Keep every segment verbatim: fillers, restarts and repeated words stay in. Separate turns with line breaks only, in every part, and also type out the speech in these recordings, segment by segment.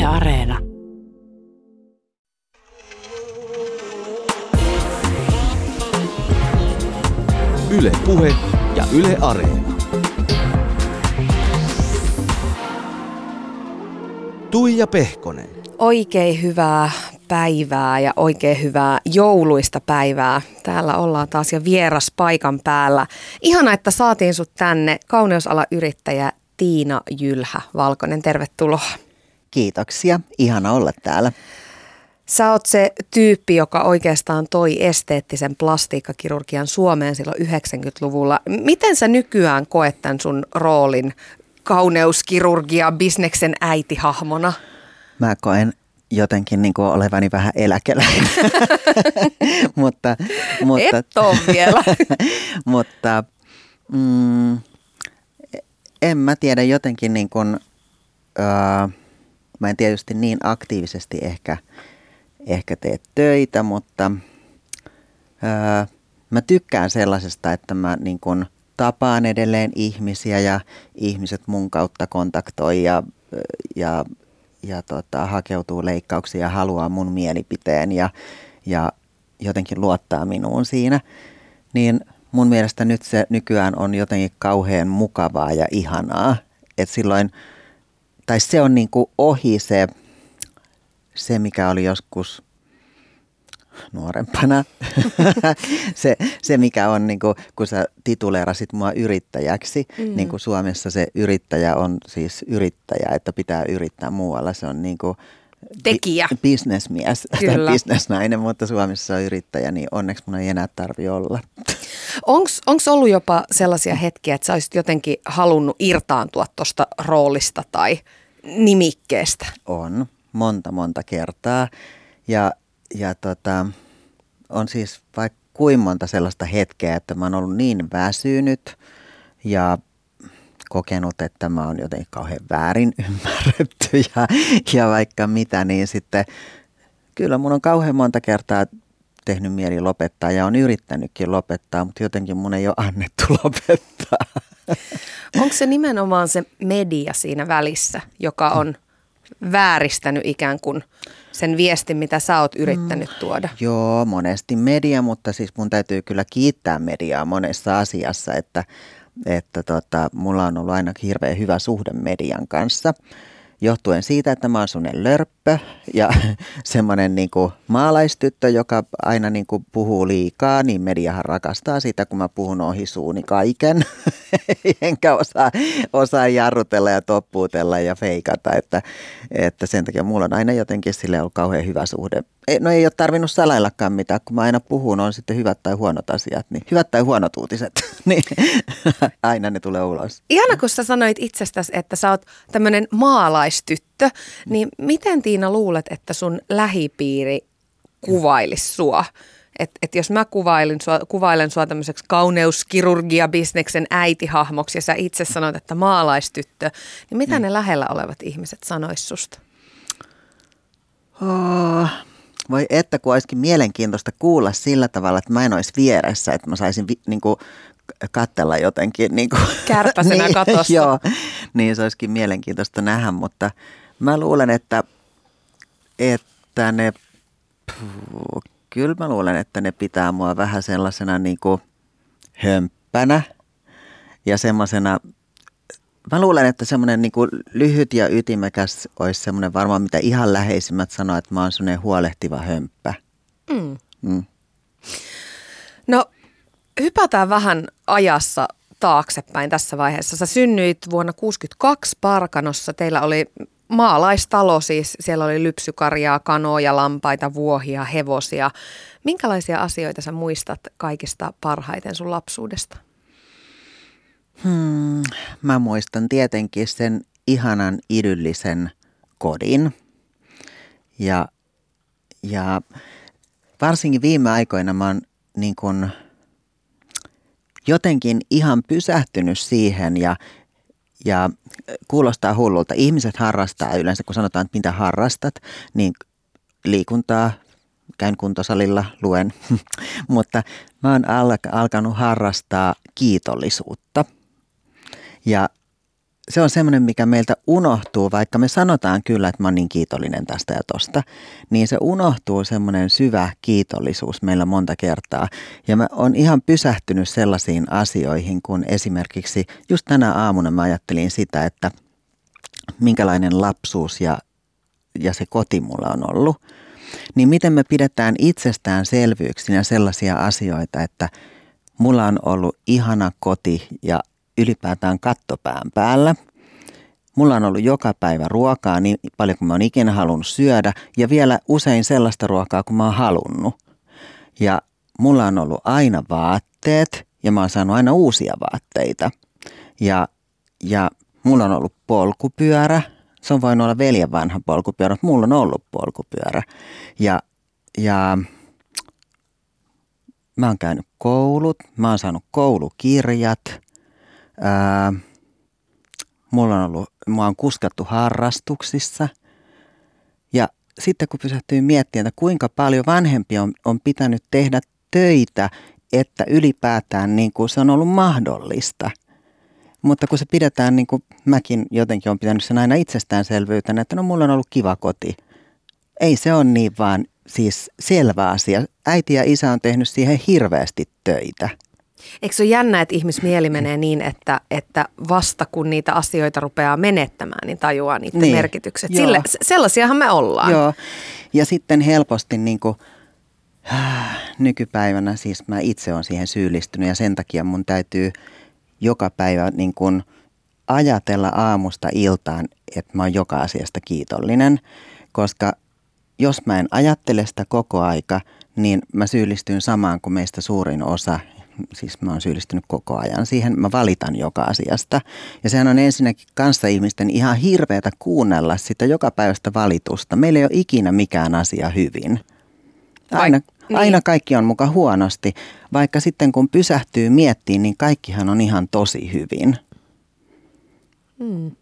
Areena.
Yle Puhe ja Yle Areena. Tuija Pehkonen.
Oikein hyvää päivää ja oikein hyvää jouluista päivää. Täällä ollaan taas jo vieras paikan päällä. Ihana, että saatiin sut tänne. Kauneusalayrittäjä Tiina Jylhä-Valkonen, tervetuloa.
Kiitoksia. Ihana olla täällä.
Sä oot se tyyppi, joka oikeastaan toi esteettisen plastiikkakirurgian Suomeen silloin yhdeksänkymmentäluvulla. Miten sä nykyään koet tämän sun roolin kauneuskirurgia bisneksen äitihahmona?
Mä koen jotenkin niin kuin olevani vähän eläkeläinen, mutta, mutta,
Et oo vielä.
mutta mm, en mä tiedä jotenkin niin kuin, uh, mä en tietysti niin aktiivisesti ehkä, ehkä tee töitä, mutta uh, mä tykkään sellaisesta, että mä niin kuin tapaan edelleen ihmisiä ja ihmiset mun kautta kontaktoi ja, ja ja tota, hakeutuu leikkauksiin ja haluaa mun mielipiteen ja, ja jotenkin luottaa minuun siinä, niin mun mielestä nyt se nykyään on jotenkin kauhean mukavaa ja ihanaa. Että silloin, tai se on niinku ohi se, se, mikä oli joskus nuorempana. se, se, mikä on, niinku, kun sä tituleerasit mua yrittäjäksi, mm. niin kuin Suomessa se yrittäjä on siis yrittäjä, että pitää yrittää muualla. Se on niinku
tekijä.
Bi- bisnesmies tai bisnesnainen, mutta Suomessa on yrittäjä, niin onneksi mun ei enää tarvi olla.
Onko ollut jopa sellaisia hetkiä, että sä olisit jotenkin halunnut irtaantua tuosta roolista tai nimikkeestä?
On, monta monta kertaa. Ja Ja tota, on siis vaikka kuinka monta sellaista hetkeä, että mä oon ollut niin väsynyt ja kokenut, että mä oon jotenkin kauhean väärin ymmärretty ja, ja vaikka mitä, niin sitten kyllä mun on kauhean monta kertaa tehnyt mieli lopettaa ja on yrittänytkin lopettaa, mutta jotenkin mun ei ole annettu lopettaa.
Onko se nimenomaan se media siinä välissä, joka on vääristänyt ikään kuin sen viestin, mitä sä oot yrittänyt tuoda?
Mm, joo, monesti media, mutta siis mun täytyy kyllä kiittää mediaa monessa asiassa, että, että tota, mulla on ollut aina hirveän hyvä suhde median kanssa. Johtuen siitä, että mä oon semmoinen lörppö ja semmoinen niinku maalaistyttö, joka aina niinku puhuu liikaa, niin mediahan rakastaa sitä, kun mä puhun ohi suuni kaiken. Enkä osaa, osaa jarrutella ja toppuutella ja feikata, että, että sen takia mulla on aina jotenkin sille ollut kauhean hyvä suhde. No ei ole tarvinnut salaillakaan mitään, kun mä aina puhun, on sitten hyvät tai huonot asiat, niin hyvät tai huonot uutiset, niin aina ne tulee ulos.
Ihana, kun sä sanoit itsestäsi, että sä oot tämmöinen maalaistyttö, niin miten Tiina luulet, että sun lähipiiri kuvailisi sua? Että et jos mä kuvailin sua, kuvailen sua tämmöiseksi kauneuskirurgia-bisneksen äitihahmoksi ja sä itse sanoit, että maalaistyttö, niin mitä mm. ne lähellä olevat ihmiset sanois susta?
Oh. Voi että, kun olisikin mielenkiintoista kuulla sillä tavalla, että mä en olisi vieressä, että mä saisin vi, niin kuin, katsella jotenkin. Niin kuin,
kärpäsenä
niin,
katossa.
Joo, niin se olisikin mielenkiintoista nähdä, mutta mä luulen, että, että ne, pff, kyllä mä luulen, että ne pitää mua vähän sellaisena niin kuin hömppänä ja semmoisena. Mä luulen, että semmoinen niin kuin lyhyt ja ytimekäs olisi semmoinen varmaan, mitä ihan läheisimmät sanoo, että mä oon semmoinen huolehtiva hömppä.
Mm.
Mm.
No, hypätään vähän ajassa taaksepäin tässä vaiheessa. Sä synnyit vuonna tuhatyhdeksänsataakuusikymmentäkaksi Parkanossa. Teillä oli maalaistalo, siis siellä oli lypsykarjaa, kanoja, lampaita, vuohia, hevosia. Minkälaisia asioita sä muistat kaikista parhaiten sun lapsuudesta?
Hmm, mä muistan tietenkin sen ihanan idyllisen kodin ja, ja varsinkin viime aikoina mä oon niin kun jotenkin ihan pysähtynyt siihen ja, ja kuulostaa hullulta. Ihmiset harrastaa yleensä, kun sanotaan, että mitä harrastat, niin liikuntaa, käyn kuntosalilla, luen, mutta mä oon alkanut harrastaa kiitollisuutta. Ja se on semmoinen, mikä meiltä unohtuu, vaikka me sanotaan kyllä, että mä oon niin kiitollinen tästä ja tosta, niin se unohtuu semmoinen syvä kiitollisuus meillä monta kertaa. Ja mä oon ihan pysähtynyt sellaisiin asioihin, kun esimerkiksi just tänä aamuna mä ajattelin sitä, että minkälainen lapsuus ja, ja se koti mulla on ollut. Niin miten me pidetään itsestäänselvyyksinä sellaisia asioita, että mulla on ollut ihana koti ja ylipäätään kattopään päällä. Mulla on ollut joka päivä ruokaa niin paljon kuin mä oon ikinä halunnut syödä ja vielä usein sellaista ruokaa kuin mä oon halunnut. Ja mulla on ollut aina vaatteet ja mä oon saanut aina uusia vaatteita. Ja, ja mulla on ollut polkupyörä. Se on voinut olla veljen vanha polkupyörä, mutta mulla on ollut polkupyörä. Ja, ja mä oon käynyt koulut, mä oon saanut koulukirjat. Ää, mulla on ollut, mä oon kuskattu harrastuksissa. Ja sitten kun pysähtyy miettimään, että kuinka paljon vanhempi on, on pitänyt tehdä töitä, että ylipäätään niin kuin se on ollut mahdollista. Mutta kun se pidetään, niin kuin mäkin jotenkin olen pitänyt sen aina itsestäänselvyytenä, että no mulla on ollut kiva koti. Ei se ole niin vaan siis selvä asia. Äiti ja isä on tehnyt siihen hirveästi töitä.
Eikö se ole jännä, että ihmismieli menee niin, että, että vasta kun niitä asioita rupeaa menettämään, niin tajuaa niiden niin, merkitykset. Sille, sellaisiahan me ollaan.
Joo, ja sitten helposti niin kuin, äh, nykypäivänä siis mä itse olen siihen syyllistynyt ja sen takia mun täytyy joka päivä niin kuin ajatella aamusta iltaan, että mä oon joka asiasta kiitollinen, koska jos mä en ajattele sitä koko aika, niin mä syyllistyn samaan kuin meistä suurin osa. Siis mä oon syyllistynyt koko ajan siihen. Mä valitan joka asiasta. Ja sehän on ensinnäkin kanssaihmisten ihan hirveätä kuunnella sitä joka päivästä valitusta. Meillä ei ole ikinä mikään asia hyvin. Aina, niin. aina kaikki on muka huonosti. Vaikka sitten kun pysähtyy miettimään, niin kaikkihan on ihan tosi hyvin.
Hmm.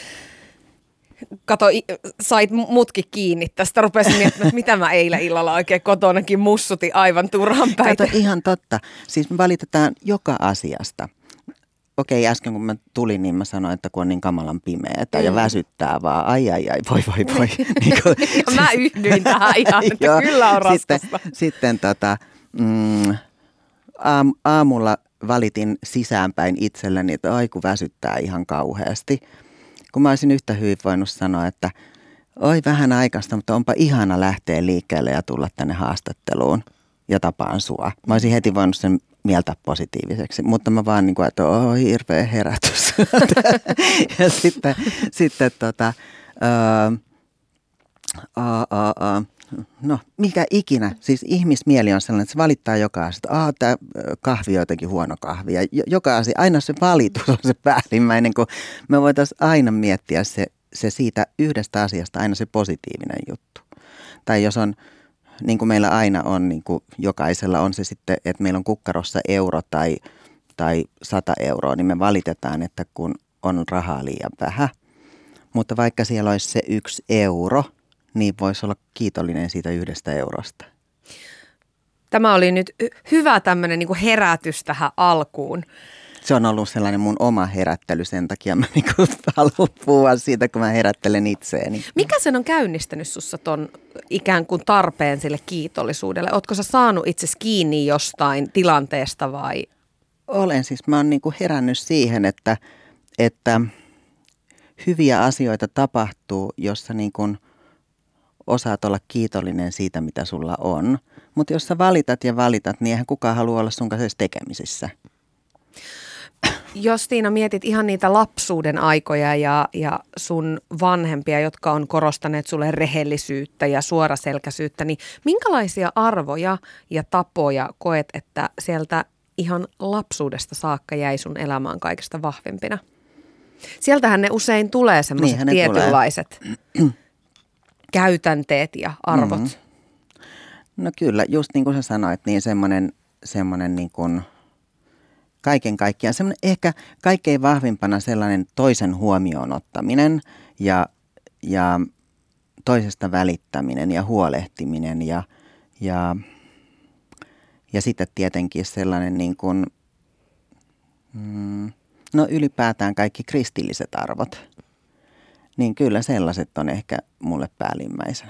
Kato, sait mutkin kiinni tästä. Rupesin miettimään, että mitä mä eilen illalla oikein kotonakin mussutin aivan turhan päitä.
Kato, ihan totta. Siis me valitetaan joka asiasta. Okei, äsken kun mä tulin, niin mä sanoin, että kun on niin kamalan pimeätä mm. ja väsyttää vaan, ai ai ai, voi voi voi. niin kun,
ja mä yhdyin tähän ihan, että joo, kyllä on raskasta.
Sitten, sitten tota, mm, aam, aamulla valitin sisäänpäin itselleni, että ai kun väsyttää ihan kauheasti. Kun mä olisin yhtä hyvin voinut sanoa, että oi vähän aikaista, mutta onpa ihana lähteä liikkeelle ja tulla tänne haastatteluun ja tapaan sua. Mä olisin heti voinut sen mieltää positiiviseksi, mutta mä vaan niin kuin, että oi hirveä herätys. ja sitten, sitten tota, ää, aa, aa, aa, no mikä ikinä, siis ihmismieli on sellainen, että se valittaa joka asia, että tämä kahvi on jotenkin huono kahvi. Ja joka asia, aina se valitus on se päällimmäinen, kun me voitaisiin aina miettiä se, se siitä yhdestä asiasta aina se positiivinen juttu. Tai jos on, niin kuin meillä aina on, niin kuin jokaisella on se sitten, että meillä on kukkarossa euro tai, tai sata euroa, niin me valitetaan, että kun on rahaa liian vähän. Mutta vaikka siellä olisi se yksi euro, niin voisi olla kiitollinen siitä yhdestä eurosta.
Tämä oli nyt hyvä tämmöinen niin kuin herätys tähän alkuun.
Se on ollut sellainen mun oma herättely, sen takia mä niin kuin haluan puhua siitä, kun mä herättelen itseäni.
Mikä sen on käynnistänyt sussa ton ikään kuin tarpeen sille kiitollisuudelle? Ootko sä saanut itsesi kiinni jostain tilanteesta vai?
Olen siis, mä oon niin kuin herännyt siihen, että, että hyviä asioita tapahtuu, jossa niin kuin osaat olla kiitollinen siitä, mitä sulla on. Mutta jos sä valitat ja valitat, niin eihän kukaan halua olla sun kanssa tekemisissä.
Jos Tiina mietit ihan niitä lapsuuden aikoja ja, ja sun vanhempia, jotka on korostaneet sulle rehellisyyttä ja suoraselkäisyyttä, niin minkälaisia arvoja ja tapoja koet, että sieltä ihan lapsuudesta saakka jäi sun elämään kaikista vahvimpina? Sieltähän ne usein tulee semmoiset niin, tietynlaiset tulee. käytänteet ja arvot. Mm-hmm.
No kyllä, just niin kuin sä sanoit, niin semmoinen, semmoinen niin kuin kaiken kaikkiaan, semmoinen ehkä kaikkein vahvimpana sellainen toisen huomioon ottaminen ja, ja toisesta välittäminen ja huolehtiminen ja, ja, ja sitten tietenkin sellainen niin kuin, mm, no ylipäätään kaikki kristilliset arvot. Niin kyllä sellaiset on ehkä mulle päällimmäisenä.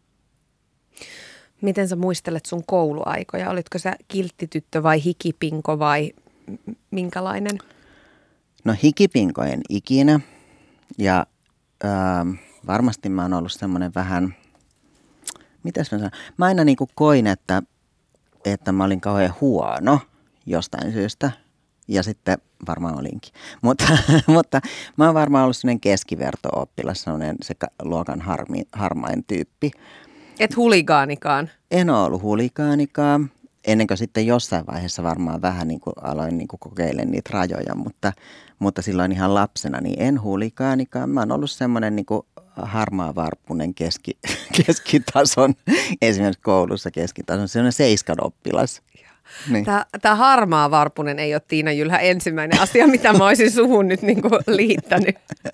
Miten sä muistelet sun kouluaikoja? Olitko sä kilttityttö vai hikipinko vai minkälainen?
No hikipinko en ikinä ja äh, varmasti mä oon ollut semmoinen vähän, mitäs mä sanon, mä aina niin kuin koin, että, että mä olin kauhean huono jostain syystä ja sitten varmaan olinkin, mutta, mutta mä oon varmaan ollut semmoinen keskiverto-oppilas, semmoinen se luokan harmi, harmain tyyppi.
Et huligaanikaan?
En ole ollut huligaanikaan. Ennen kuin sitten jossain vaiheessa varmaan vähän niin kuin aloin niin kuin kokeilemaan niitä rajoja, mutta, mutta silloin ihan lapsena niin en huligaanikaan. Mä oon ollut semmoinen niin kuin harmaavarppunen keski, keskitason, esimerkiksi koulussa keskitason, semmoinen seiskan oppilas. Niin.
Tämä, tämä harmaa varpunen ei ole Tiina Jylhä ensimmäinen asia, mitä mä olisin suhun nyt niin kuin liittänyt.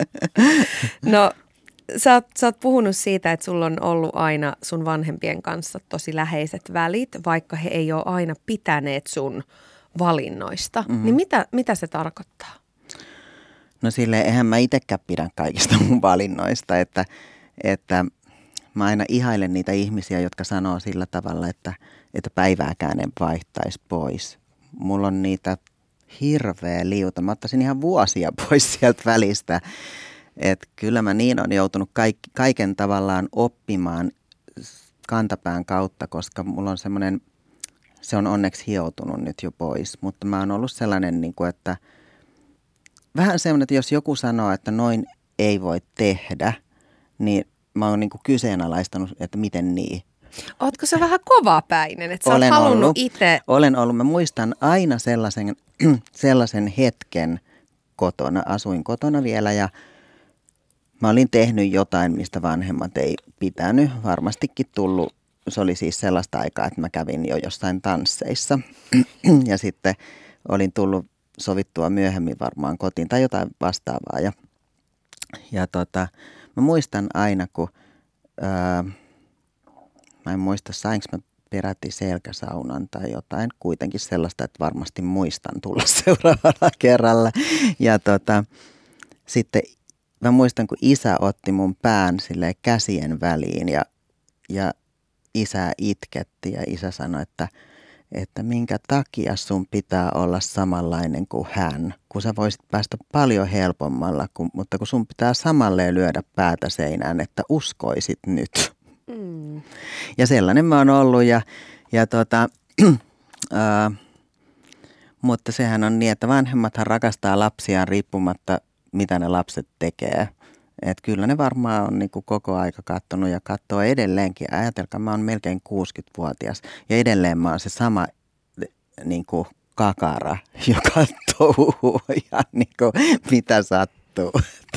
No sä oot, sä oot puhunut siitä, että sulla on ollut aina sun vanhempien kanssa tosi läheiset välit, vaikka he ei ole aina pitäneet sun valinnoista. Mm-hmm. Niin mitä, mitä se tarkoittaa?
No silleen, eihän mä itsekään pidä kaikista mun valinnoista, että, että mä aina ihailen niitä ihmisiä, jotka sanoo sillä tavalla, että, että päivääkään en vaihtaisi pois. Mulla on niitä hirveä liuta. Mä ottaisin ihan vuosia pois sieltä välistä. Että kyllä mä niin on joutunut kaikki, kaiken tavallaan oppimaan kantapään kautta, koska mulla on semmoinen, se on onneksi hioutunut nyt jo pois. Mutta mä oon ollut sellainen, niin kuin, että vähän semmoinen, että jos joku sanoo, että noin ei voi tehdä, niin mä oon niin kuin kyseenalaistanut, että miten niin.
Ootko sä vähän kovapäinen, että sä
olen
oot halunnut
ollut,
itse?
Olen ollut. Mä muistan aina sellaisen, sellaisen hetken kotona, asuin kotona vielä ja mä olin tehnyt jotain, mistä vanhemmat ei pitänyt. Varmastikin tullut, se oli siis sellaista aikaa, että mä kävin jo jossain tansseissa ja sitten olin tullut sovittua myöhemmin varmaan kotiin tai jotain vastaavaa. Ja, ja tota, mä muistan aina, kun, ää, mä en muista sainko mä peräti selkäsaunan tai jotain, kuitenkin sellaista, että varmasti muistan tulla seuraavalla kerralla. Ja tota, sitten mä muistan, kun isä otti mun pään silleen käsien väliin ja, ja isä itketti ja isä sanoi, että, että minkä takia sun pitää olla samanlainen kuin hän, kun sä voisit päästä paljon helpommalla, kun, mutta kun sun pitää samalleen lyödä päätä seinään, että uskoisit nyt. Mm. Ja sellainen mä oon ollut ja, ja tota, ää, mutta sehän on niin, että vanhemmathan rakastaa lapsiaan riippumatta mitä ne lapset tekee. Että kyllä ne varmaan on niin kuin koko aika katsonut ja katsoo edelleenkin. Ajatelkaa, mä oon melkein kuusikymmentävuotias ja edelleen mä oon se sama niin kuin kakara, joka touhuu ja niin kuin mitä sattuu.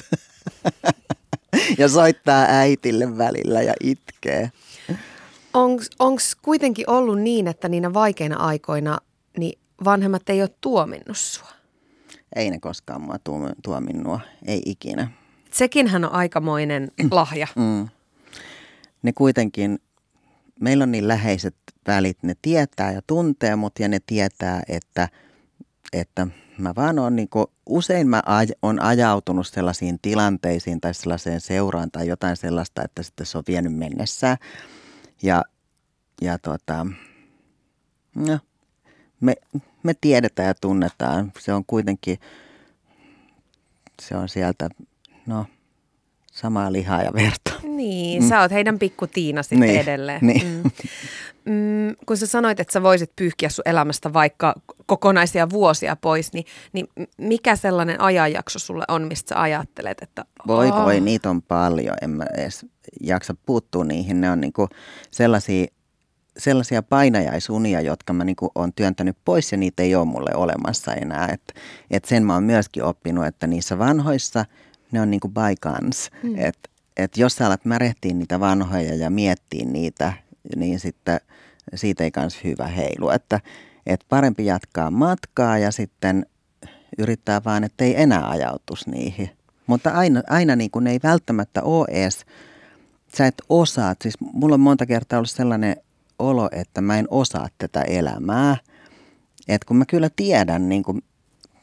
Ja soittaa äitille välillä ja itkee.
Onko kuitenkin ollut niin, että niinä vaikeina aikoina niin vanhemmat ei ole tuominnut sua?
Ei ne koskaan mua tuominnua, ei ikinä.
Sekinhän on aikamoinen lahja.
Mm. Ne kuitenkin, meillä on niin läheiset välit, ne tietää ja tuntee mut ja ne tietää, että, että mä vaan on niin kuin, usein mä aj- on ajautunut sellaisiin tilanteisiin tai sellaiseen seuraan tai jotain sellaista, että sitten se on vienyt mennessään. Ja, ja tota, no, me, me tiedetään ja tunnetaan. Se on kuitenkin, se on sieltä, no, samaa lihaa ja verta.
Niin, mm. sä oot heidän pikku Tiina sitten
niin,
edelleen.
Niin.
Mm. Mm, kun sä sanoit, että sä voisit pyyhkiä sun elämästä vaikka kokonaisia vuosia pois, niin, niin mikä sellainen ajanjakso sulle on, mistä sä ajattelet, että
Voi
oh.
voi, niitä on paljon. En mä edes jaksa puuttua niihin. Ne on niinku sellaisia, sellaisia painajaisunia, jotka mä niinku oon työntänyt pois ja niitä ei ole mulle olemassa enää. Et, et sen mä oon myöskin oppinut, että niissä vanhoissa ne on niinku bygones. Mm. Että et jos sä alat märehtiä niitä vanhoja ja miettiä niitä, niin sitten siitä ei kans hyvä heilu. Että et parempi jatkaa matkaa ja sitten yrittää vaan, että ei enää ajautuisi niihin. Mutta aina, aina niin kuin ne ei välttämättä ole edes, sä et osaa, siis mulla on monta kertaa ollut sellainen olo, että mä en osaa tätä elämää. Että kun mä kyllä tiedän niin kuin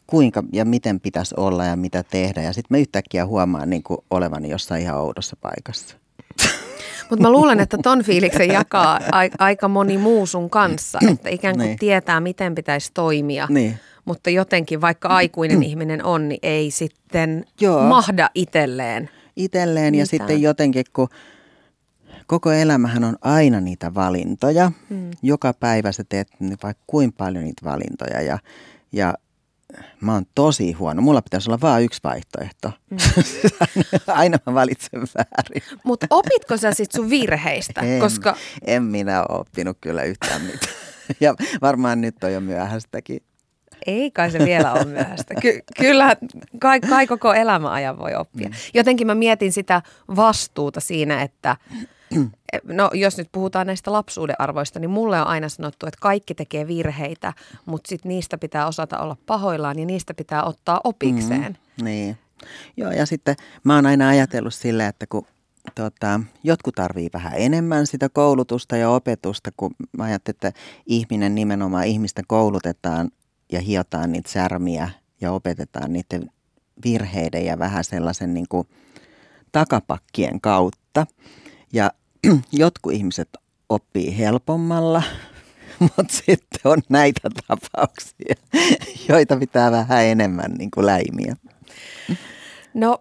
kuinka ja miten pitäisi olla ja mitä tehdä. Ja sitten mä yhtäkkiä huomaan niin kuin olevani jossain ihan oudossa paikassa.
Mutta mä luulen, että ton fiiliksen jakaa a- aika moni muu sun kanssa, että ikään kuin
niin.
tietää, miten pitäisi toimia,
niin.
mutta jotenkin vaikka aikuinen ihminen on, niin ei sitten
Joo.
mahda itselleen.
Itselleen
Mitään.
Ja sitten jotenkin, kun koko elämähän on aina niitä valintoja. Hmm. Joka päivä sä teet vaikka kuinka paljon niitä valintoja ja, ja mä oon tosi huono. Mulla pitäisi olla vain yksi vaihtoehto. Mm. Aina mä valitsen väärin.
Mutta opitko sä sit sun virheistä?
En,
Koska...
en minä ole oppinut kyllä yhtään mitään. Ja varmaan nyt on jo myöhäistäkin.
Ei kai se vielä ole myöhäistä. Ky- kyllä kai, kai koko elämäajan voi oppia. Mm. Jotenkin mä mietin sitä vastuuta siinä, että no jos nyt puhutaan näistä lapsuuden arvoista, niin mulle on aina sanottu, että kaikki tekee virheitä, mutta sitten niistä pitää osata olla pahoillaan ja niistä pitää ottaa opikseen.
Mm, niin. Joo, ja sitten mä oon aina ajatellut silleen, että kun tota, jotkut tarvii vähän enemmän sitä koulutusta ja opetusta, kun mä ajattelin, että ihminen nimenomaan, ihmistä koulutetaan ja hiotaan niitä särmiä ja opetetaan niiden virheiden ja vähän sellaisen niin kuin takapakkien kautta. Ja jotkut ihmiset oppii helpommalla, mutta sitten on näitä tapauksia, joita pitää vähän enemmän niin kuin läimiä.
No,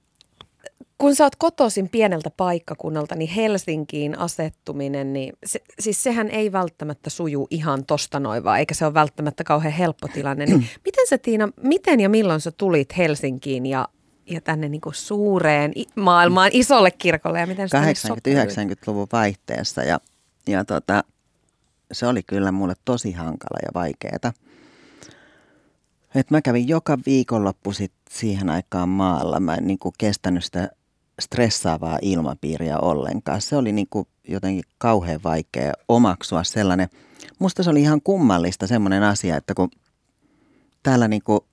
kun sä oot kotoisin pieneltä paikkakunnalta, niin Helsinkiin asettuminen, niin se, siis sehän ei välttämättä suju ihan tosta noin vaan, eikä se ole välttämättä kauhean helppo tilanne. Niin miten sä, Tiina, miten ja milloin sä tulit Helsinkiin ja ja tänne niin kuin suureen maailmaan, isolle kirkolle ja miten se
kahdeksankymmentä-yhdeksänkymmentäluvun vaihteessa ja, ja tota, se oli kyllä mulle tosi hankala ja vaikeeta. Et mä kävin joka viikonloppu sit siihen aikaan maalla. Mä en niin kuin kestänyt sitä stressaavaa ilmapiiriä ollenkaan. Se oli niin kuin jotenkin kauhean vaikea omaksua sellainen. Musta se oli ihan kummallista semmoinen asia, että kun täällä niin kuin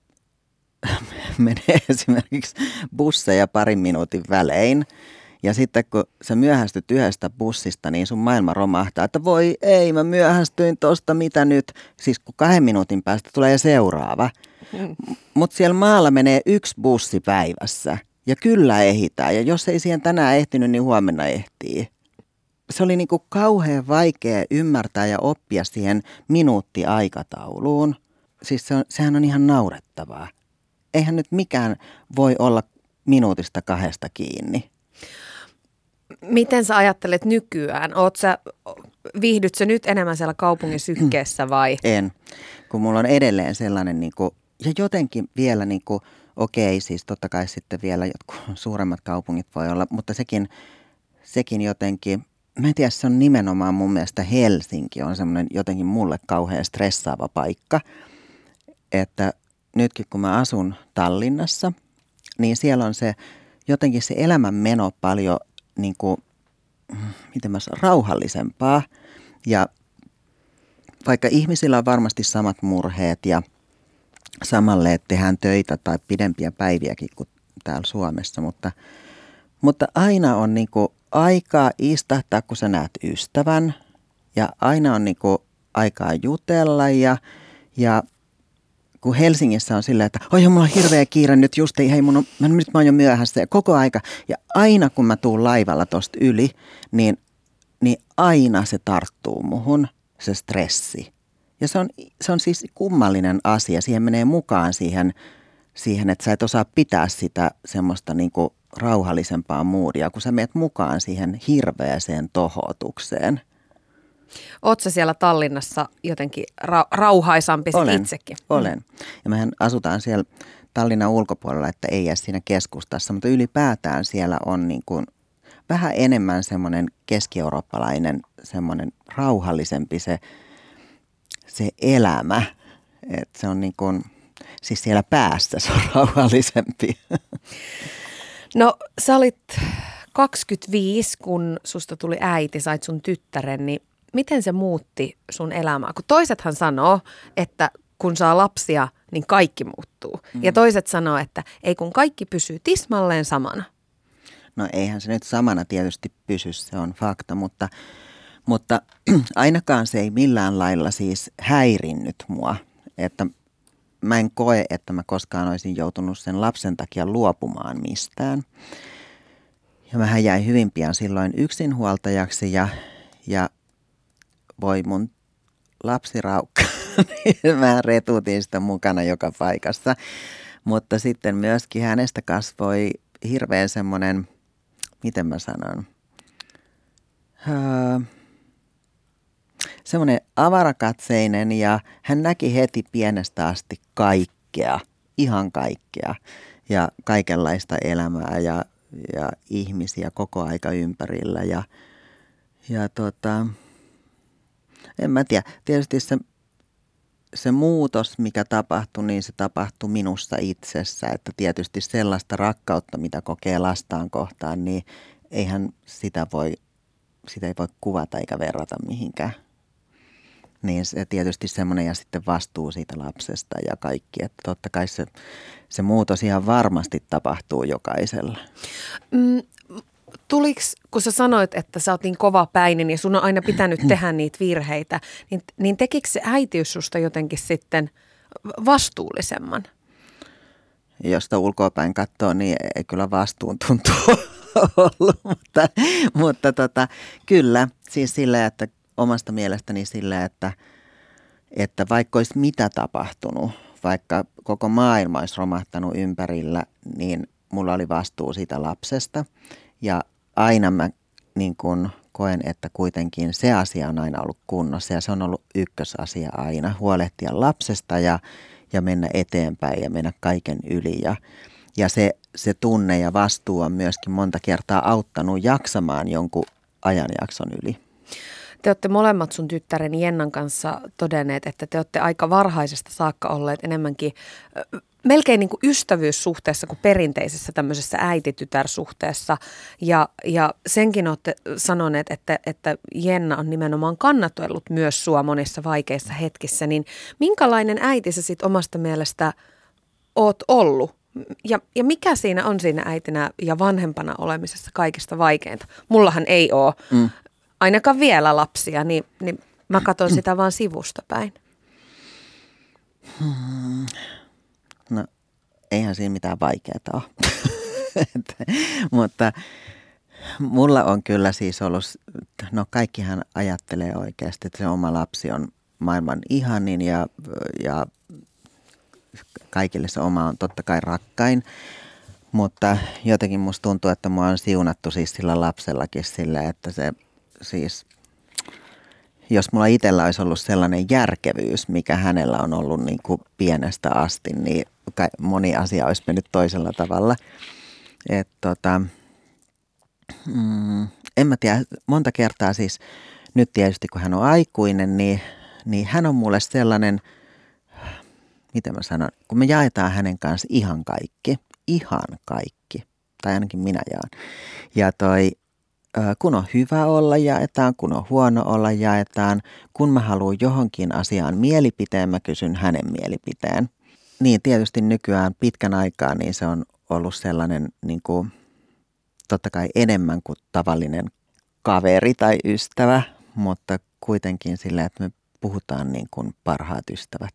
menee esimerkiksi busseja parin minuutin välein. Ja sitten kun sä myöhästyt yhdestä bussista, niin sun maailma romahtaa, että voi ei, mä myöhästyin tosta, mitä nyt. Siis kun kahden minuutin päästä tulee seuraava. Mm. Mutta siellä maalla menee yksi bussi päivässä ja kyllä ehditään. Ja jos ei siihen tänään ehtinyt, niin huomenna ehtii. Se oli niinku kauhean vaikea ymmärtää ja oppia siihen minuuttiaikatauluun. Siis se on, sehän on ihan naurettavaa. Eihän nyt mikään voi olla minuutista kahdesta kiinni.
Miten sä ajattelet nykyään? Oot sä, viihdyt sä nyt enemmän siellä kaupungin sykkeessä vai?
En, kun mulla on edelleen sellainen, niin kuin, ja jotenkin vielä, niin kuin, okei, siis totta kai sitten vielä jotkut suuremmat kaupungit voi olla, mutta sekin, sekin jotenkin, mä en tiedä, se on nimenomaan mun mielestä Helsinki on semmoinen jotenkin mulle kauhean stressaava paikka, että nytkin kun mä asun Tallinnassa, niin siellä on se jotenkin se elämänmeno paljon niin kuin, miten mä sanon, rauhallisempaa. Ja vaikka ihmisillä on varmasti samat murheet ja samalle, että tehdään töitä tai pidempiä päiviäkin kuin täällä Suomessa, mutta, mutta aina on niin kuin aikaa istahtaa, kun sä näet ystävän ja aina on niin kuin aikaa jutella ja, ja kun Helsingissä on silleen, että oi mulla on hirveä kiire nyt just, hei mun on, mä, nyt mä oon jo myöhässä ja koko aika. Ja aina kun mä tuun laivalla tosta yli, niin, niin aina se tarttuu muhun, se stressi. Ja se on, se on siis kummallinen asia, siihen menee mukaan siihen, siihen että sä et osaa pitää sitä semmoista niinku rauhallisempaa moodia, kun sä meet mukaan siihen hirveäseen tohotukseen.
Oot sä siellä Tallinnassa jotenkin ra- rauhaisampi
olen,
itsekin?
Olen. Ja mehän asutaan siellä Tallinnan ulkopuolella, että ei edes siinä keskustassa, mutta ylipäätään siellä on niin kuin vähän enemmän semmoinen keski-eurooppalainen, semmoinen rauhallisempi se, se elämä. Että se on niin kuin, siis siellä päässä se on rauhallisempi.
No sä olit kaksikymmentäviisi, kun susta tuli äiti, sait sun tyttären, niin miten se muutti sun elämää? Kun toisethan sanoo, että kun saa lapsia, niin kaikki muuttuu. Mm. Ja toiset sanoo, että ei kun kaikki pysyy tismalleen samana.
No eihän se nyt samana tietysti pysy, se on fakta, mutta, mutta ainakaan se ei millään lailla siis häirinnyt mua. Että mä en koe, että mä koskaan olisin joutunut sen lapsen takia luopumaan mistään. Ja mähän jäin hyvin pian silloin yksinhuoltajaksi ja, ja voi mun lapsiraukka, niin mä retutin sitä mukana joka paikassa. Mutta sitten myöskin hänestä kasvoi hirveän semmoinen, miten mä sanon, öö, semmoinen avarakatseinen ja hän näki heti pienestä asti kaikkea, ihan kaikkea ja kaikenlaista elämää ja, ja ihmisiä koko aika ympärillä ja, ja tota, en mä tiedä, tietysti se, se muutos, mikä tapahtui, niin se tapahtui minussa itsessä, että tietysti sellaista rakkautta, mitä kokee lastaan kohtaan, niin eihän sitä voi, sitä ei voi kuvata eikä verrata mihinkään. Niin se tietysti semmoinen ja sitten vastuu siitä lapsesta ja kaikki, että totta kai se, se muutos ihan varmasti tapahtuu jokaisella.
Mm, tuliko, kun sä sanoit, että sä oot niin kovapäinen ja sun on aina pitänyt tehdä niitä virheitä, niin, niin tekikö se äitiys susta jotenkin sitten vastuullisemman?
Jos sitä ulkoapäin katsoo, niin ei kyllä vastuuntuntua ollut, mutta, mutta tota, kyllä siis sillä, että omasta mielestäni sillä, että, että vaikka olisi mitä tapahtunut, vaikka koko maailma olisi romahtanut ympärillä, niin mulla oli vastuu siitä lapsesta. Ja aina mä niin kun koen, että kuitenkin se asia on aina ollut kunnossa ja se on ollut ykkösasia aina, huolehtia lapsesta ja, ja mennä eteenpäin ja mennä kaiken yli. Ja, ja se, se tunne ja vastuu on myöskin monta kertaa auttanut jaksamaan jonkun ajanjakson yli.
Te olette molemmat sun tyttären Jennan kanssa todenneet, että te olette aika varhaisesta saakka olleet enemmänkin melkein niin kuin ystävyyssuhteessa kuin perinteisessä tämmöisessä äiti-tytär-suhteessa. Ja, ja senkin olette sanoneet, että, että Jenna on nimenomaan kannatellut myös sua monissa vaikeissa hetkissä. Niin minkälainen äiti sä sit omasta mielestä oot ollut? Ja, ja mikä siinä on siinä äitinä ja vanhempana olemisessa kaikista vaikeinta? Mullahan ei ole. Mm. Ainakaan vielä lapsia, niin, niin mä katson sitä vaan sivusta päin.
Hmm. No, eihän siinä mitään vaikeaa ole. Mutta mulla on kyllä siis ollut, no kaikkihan ajattelee oikeasti, että se oma lapsi on maailman ihanin ja, ja kaikille se oma on totta kai rakkain. Mutta jotenkin musta tuntuu, että mua on siunattu siis sillä lapsellakin sillä, että se siis, jos mulla itsellä olisi ollut sellainen järkevyys, mikä hänellä on ollut niin kuin pienestä asti, niin moni asia olisi mennyt toisella tavalla. Et tota, mm, en mä tiedä, monta kertaa siis, nyt tietysti kun hän on aikuinen, niin, niin hän on mulle sellainen, miten mä sanon, kun me jaetaan hänen kanssa ihan kaikki, ihan kaikki, tai ainakin minä jaan. Ja toi, kun on hyvä olla, jaetaan, kun on huono olla, jaetaan. Kun mä haluan johonkin asiaan mielipiteen, mä kysyn hänen mielipiteen. Niin tietysti nykyään pitkän aikaa niin se on ollut sellainen niin kuin, totta kai enemmän kuin tavallinen kaveri tai ystävä, mutta kuitenkin sillä, että me puhutaan niin kuin parhaat ystävät.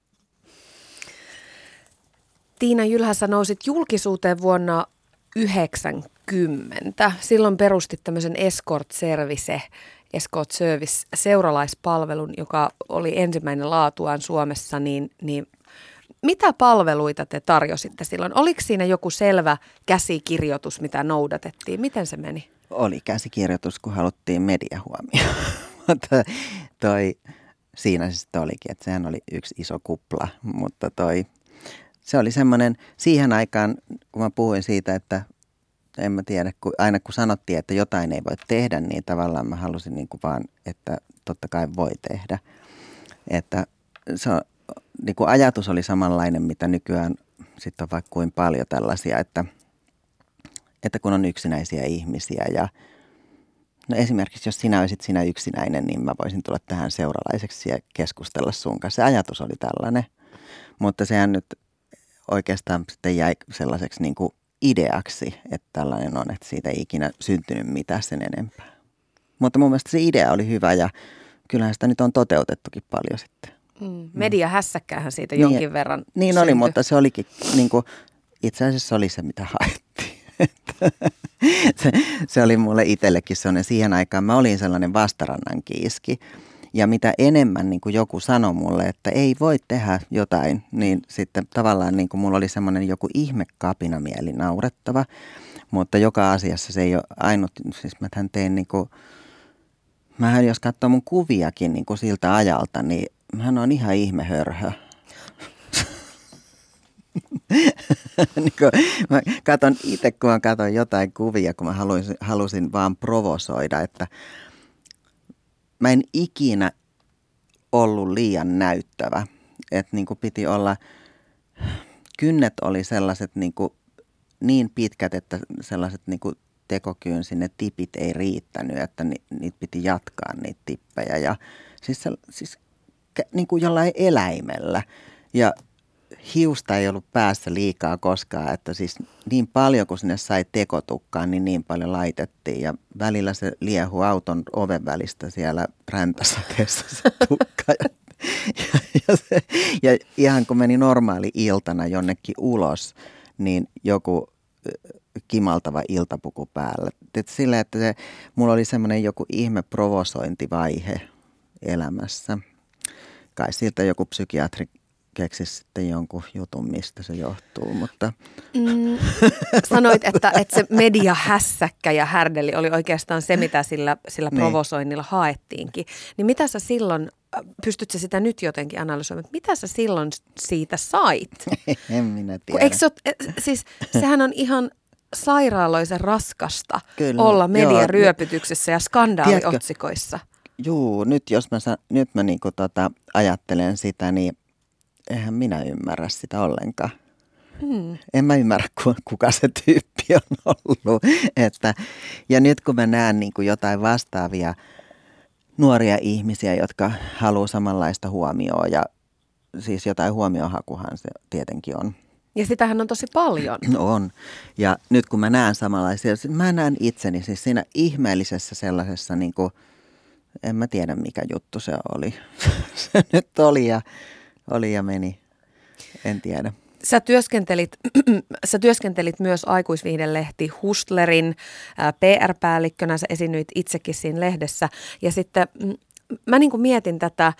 Tiina Jylhä, sä nousit julkisuuteen vuonna yhdeksänkymmentä. Silloin perustit tämmöisen Escort Service, Escort Service seuralaispalvelun, joka oli ensimmäinen laatuaan Suomessa. Niin, niin mitä palveluita te tarjositte silloin? Oliko siinä joku selvä käsikirjoitus, mitä noudatettiin? Miten se meni?
Oli käsikirjoitus, kun haluttiin mediahuomioon. Mutta toi, siinä se sitten olikin, että sehän oli yksi iso kupla, mutta toi... Se oli semmoinen, siihen aikaan, kun mä puhuin siitä, että en mä tiedä, kun, aina kun sanottiin, että jotain ei voi tehdä, niin tavallaan mä halusin niin kuin vaan, että totta kai voi tehdä. Että se on, niin kuin ajatus oli samanlainen, mitä nykyään sitten on vaikka kuin paljon tällaisia, että, että kun on yksinäisiä ihmisiä ja no esimerkiksi jos sinä olisit sinä yksinäinen, niin mä voisin tulla tähän seuralaiseksi ja keskustella sun kanssa. Se ajatus oli tällainen, mutta sehän nyt oikeastaan sitten jäi sellaiseksi niin kuin ideaksi, että tällainen on, että siitä ei ikinä syntynyt mitään sen enempää. Mutta mun mielestä se idea oli hyvä ja kyllähän sitä nyt on toteutettukin paljon sitten.
Hmm. Mediahässäkkäähän siitä
niin,
jonkin verran
Niin
syntyi.
oli, mutta se olikin, niin kuin, itse asiassa oli se, mitä haettiin. se, se oli mulle itsellekin sellainen, siihen aikaan mä olin sellainen vastarannan kiiski. Ja mitä enemmän niin kuin joku sanoi mulle, että ei voi tehdä jotain, niin sitten tavallaan niin kuin mulla oli semmoinen joku ihme kapinamieli naurettava. Mutta joka asiassa se ei ole ainut, siis mähän tein niin kuin, mähän jos katsoo mun kuviakin niin kuin siltä ajalta, niin mähän on ihan ihmehörhö. niin kuin, mä katson itse, kun mä katson jotain kuvia, kun mä halusin, halusin vaan provosoida, että mä en ikinä ollut liian näyttävä. Että niin kuin piti olla, kynnet oli sellaiset niin kuin niin pitkät, että sellaiset niin kuin tekokyyn sinne tipit ei riittänyt, että ni, niitä piti jatkaa niitä tippejä. Ja siis, siis niin kuin jollain eläimellä. Ja hiusta ei ollut päässä liikaa koskaan, että siis niin paljon kun sinne sai tekotukkaan, niin niin paljon laitettiin. Ja välillä se liehu auton oven välistä siellä räntäsateessa se tukka. Ja, ja, ja, se, ja ihan kun meni normaali iltana jonnekin ulos, niin joku kimaltava iltapuku päällä. Et sillä, että se, mulla oli semmoinen joku ihme provosointivaihe elämässä. Kai siltä joku psykiatri keksisi sitten jonkun jutun, mistä se johtuu, mutta...
Mm, sanoit, että, että se mediahässäkkä ja härdeli oli oikeastaan se, mitä sillä, sillä
niin.
provosoinnilla haettiinkin. Niin mitä sä silloin, pystytkö sitä nyt jotenkin analysoimaan, mitä sä silloin siitä sait?
En minä tiedä.
Kun, eikö se ole, siis sehän on ihan sairaaloisen raskasta
Kyllä,
olla
joo,
mediaryöpytyksessä ja skandaaliotsikoissa.
Juu, nyt jos mä, nyt mä niinku tota, ajattelen sitä, niin eihän minä ymmärrä sitä ollenkaan. Hmm. En mä ymmärrä, kuka se tyyppi on ollut. Että, ja nyt kun mä näen niin kuin jotain vastaavia nuoria ihmisiä, jotka haluaa samanlaista huomioon, ja siis jotain huomiohakuhan se tietenkin on.
Ja sitähän on tosi paljon.
On. Ja nyt kun mä näen samanlaisia, mä näen itseni siis siinä ihmeellisessä sellaisessa, niin kuin, en mä tiedä mikä juttu se oli. Se nyt oli ja... Oli ja meni. En tiedä.
Sä työskentelit, sä työskentelit myös aikuisviihdelehti Hustlerin ää, P R-päällikkönä. Sä esiinnyit itsekin siinä lehdessä. Ja sitten mm, mä niin kuin mietin tätä,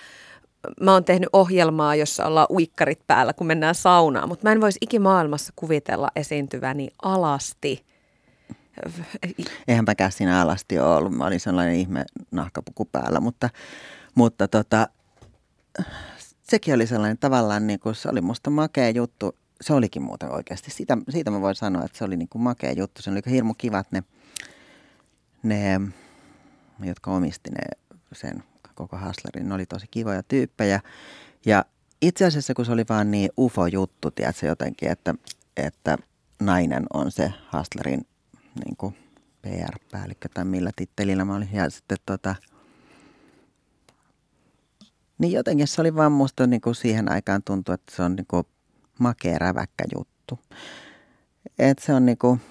mä oon tehnyt ohjelmaa, jossa ollaan uikkarit päällä, kun mennään saunaan. Mutta mä en voisi ikimaailmassa kuvitella esiintyväni alasti.
Eihän mäkään siinä alasti ole ollut. Mä olin sellainen ihme nahkapuku päällä, mutta, mutta tota... Sekin oli sellainen tavallaan, niin kuin, se oli musta makea juttu. Se olikin muuten oikeasti. Siitä, siitä mä voin sanoa, että se oli niin kuin makea juttu. Se oli hirmu kivat ne, ne, jotka omisti ne, sen koko Hustlerin. Ne oli tosi kivoja tyyppejä. Ja itse asiassa, kun se oli vaan niin ufo-juttu, tiedätkö jotenkin, että, että nainen on se Hustlerin niin kuin P R-päällikkö tai millä tittelillä mä olin. Ja sitten tota... Niin jotenkin se oli vaan musta niin kuin siihen aikaan tuntui, että se on niin kuin makea räväkkä juttu. Että se on niin kuin,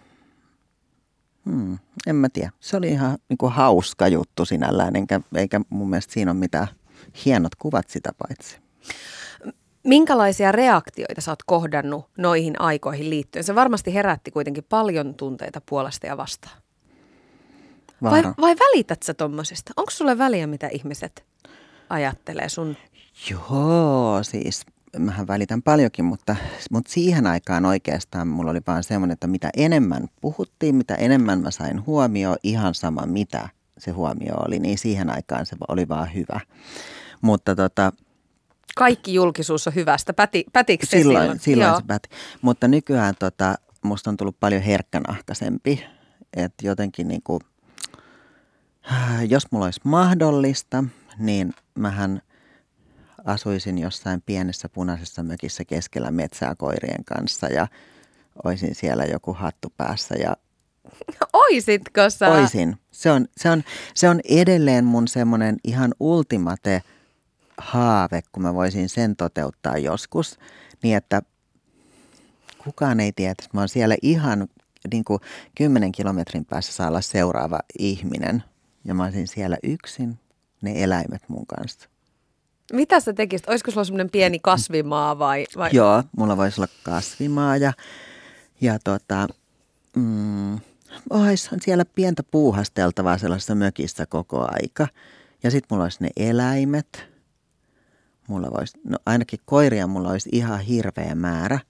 hmm, en mä tiedä. Se oli ihan niin kuin hauska juttu sinällään, enkä, eikä mun mielestä siinä ole mitään hienot kuvat sitä paitsi.
Minkälaisia reaktioita sä oot kohdannut noihin aikoihin liittyen? Se varmasti herätti kuitenkin paljon tunteita puolesta ja vastaan. Vai, vai välität sä tommosesta? Onko sulle väliä, mitä ihmiset ajattelee sun?
Joo, siis mähän välitän paljonkin, mutta, mutta siihen aikaan oikeastaan mulla oli vaan semmoinen, että mitä enemmän puhuttiin, mitä enemmän mä sain huomioon, ihan sama mitä se huomio oli, niin siihen aikaan se oli vaan hyvä. Mutta tota...
Kaikki julkisuus on hyvästä. Päti, pätikö se
silloin?
Silloin,
silloin se päti. Mutta nykyään tota, musta on tullut paljon herkkänahkaisempi, että jotenkin niin kuin, jos mulla olisi mahdollista, niin mähän asuisin jossain pienessä punaisessa mökissä keskellä metsää koirien kanssa ja oisin siellä joku hattu päässä. Ja
oisitko sä?
Oisin. Se on, se on, se on edelleen mun semmoinen ihan ultimate haave, kun mä voisin sen toteuttaa joskus, niin että kukaan ei tiedä, että mä oon siellä ihan niin kuin kymmenen kilometrin päässä saa olla seuraava ihminen ja mä olisin siellä yksin, ne eläimet mun kanssa.
Mitä sä tekisit? Olisiko sulla semmoinen pieni kasvimaa vai? vai?
Joo, mulla voisi olla kasvimaa ja, ja tota, mm, olisihan siellä pientä puuhasteltavaa sellaisessa mökissä koko aika. Ja sitten mulla olisi ne eläimet. Mulla voisi, no ainakin koiria mulla olisi ihan hirveä määrä.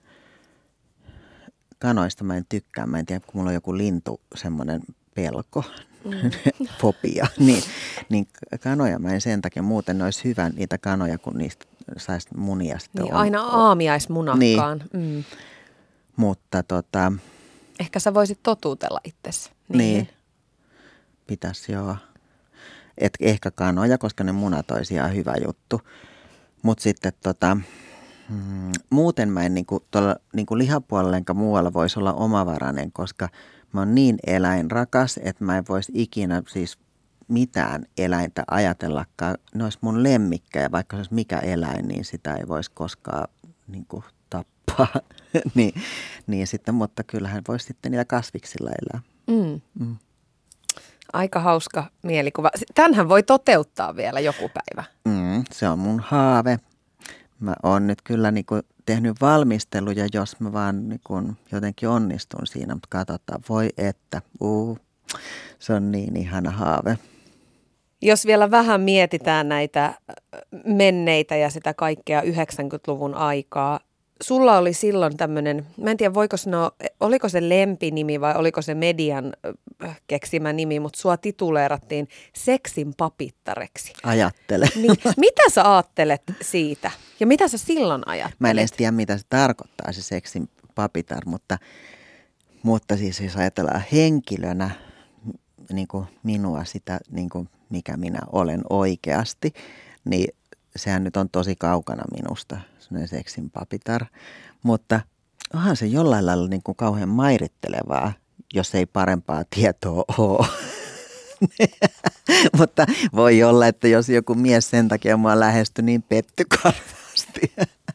Kanoista mä en tykkää, mä en tiedä, kun mulla on joku lintu, semmoinen pelko, mm. fobia, niin, niin kanoja mä en sen takia, muuten ne olisi hyvä niitä kanoja, kun niistä saisi munia sitten.
Niin,
on,
aina aamiaismunakkaan.
Niin.
Mm.
Mutta tota...
Ehkä sä voisit totuutella itsesi.
Niin, niin. Pitäisi joo. Et ehkä kanoja, koska ne munat olisi ihan hyvä juttu. Mutta sitten tota... Hmm, muuten mä en niinku, tuolla, niinku lihapuolella enkä muualla voisi olla omavarainen, koska mä oon niin eläinrakas, että mä en voisi ikinä siis mitään eläintä ajatellakaan. Ne olisi mun lemmikkejä, vaikka se olisi mikä eläin, niin sitä ei voisi koskaan niinku, tappaa. niin, niin sitten, mutta kyllähän voisi sitten niillä kasviksilla elää.
Mm. Mm. Aika hauska mielikuva. Tämänhän voi toteuttaa vielä joku päivä.
Mm, se on mun haave. Mä oon nyt kyllä niin kuin tehnyt valmisteluja, jos mä vaan niin kuin jotenkin onnistun siinä, mutta katsotaan, voi että, uu, se on niin ihana haave.
Jos vielä vähän mietitään näitä menneitä ja sitä kaikkea yhdeksänkymmentäluvun aikaa, sulla oli silloin tämmöinen, mä en tiedä voiko sanoa, oliko se lempinimi vai oliko se median keksimä nimi, mutta sua tituleerattiin seksin papittareksi.
Ajattele.
Niin, mitä sä ajattelet siitä ja mitä sä silloin ajattelet?
Mä en edes tiedä, mitä se tarkoittaa se seksin papitar, mutta, mutta siis jos ajatellaan henkilönä niin kuin minua sitä, niin kuin mikä minä olen oikeasti, niin sehän nyt on tosi kaukana minusta, sellainen seksin papitar, mutta onhan se jollain lailla niin kuin kauhean mairittelevaa, jos ei parempaa tietoa ole. Mutta voi olla, että jos joku mies sen takia mua lähestyi, niin petty karvasti.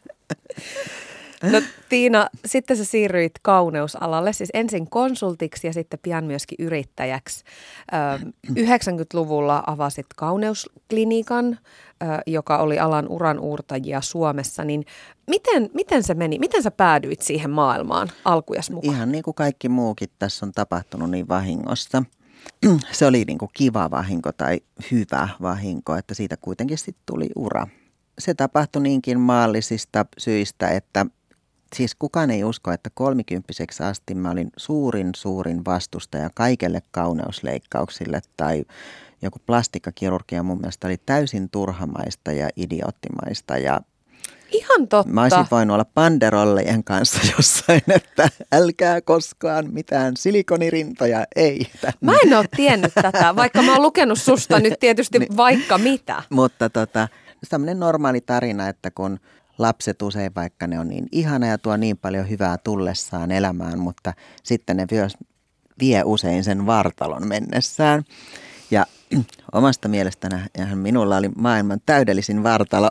No Tiina, sitten sä siirryit kauneusalalle, siis ensin konsultiksi ja sitten pian myöskin yrittäjäksi. yhdeksänkymmentäluvulla avasit kauneusklinikan, joka oli alan uran uurtajia Suomessa. Niin miten, miten se meni? Miten sä päädyit siihen maailmaan alkujas mukaan?
Ihan niin kuin kaikki muukin tässä on tapahtunut niin vahingossa. Se oli niin kuin kiva vahinko tai hyvä vahinko, että siitä kuitenkin sitten tuli ura. Se tapahtui niinkin maallisista syistä, että siis kukaan ei usko, että kolmikymppiseksi asti mä olin suurin suurin vastustaja kaikelle kauneusleikkauksille tai joku plastikkakirurgia mun mielestä oli täysin turhamaista ja idioottimaista ja
ihan totta.
Mä olisin voinut olla banderollejen kanssa jossain, että älkää koskaan mitään silikonirintoja, ei. Tänne.
Mä en ole tiennyt tätä, vaikka mä oon lukenut susta nyt tietysti niin, vaikka mitä.
Mutta tota, tämmöinen normaali tarina, että kun lapset usein, vaikka ne on niin ihana ja tuo niin paljon hyvää tullessaan elämään, mutta sitten ne myös vie usein sen vartalon mennessään. Ja omasta mielestäni minulla oli maailman täydellisin vartalo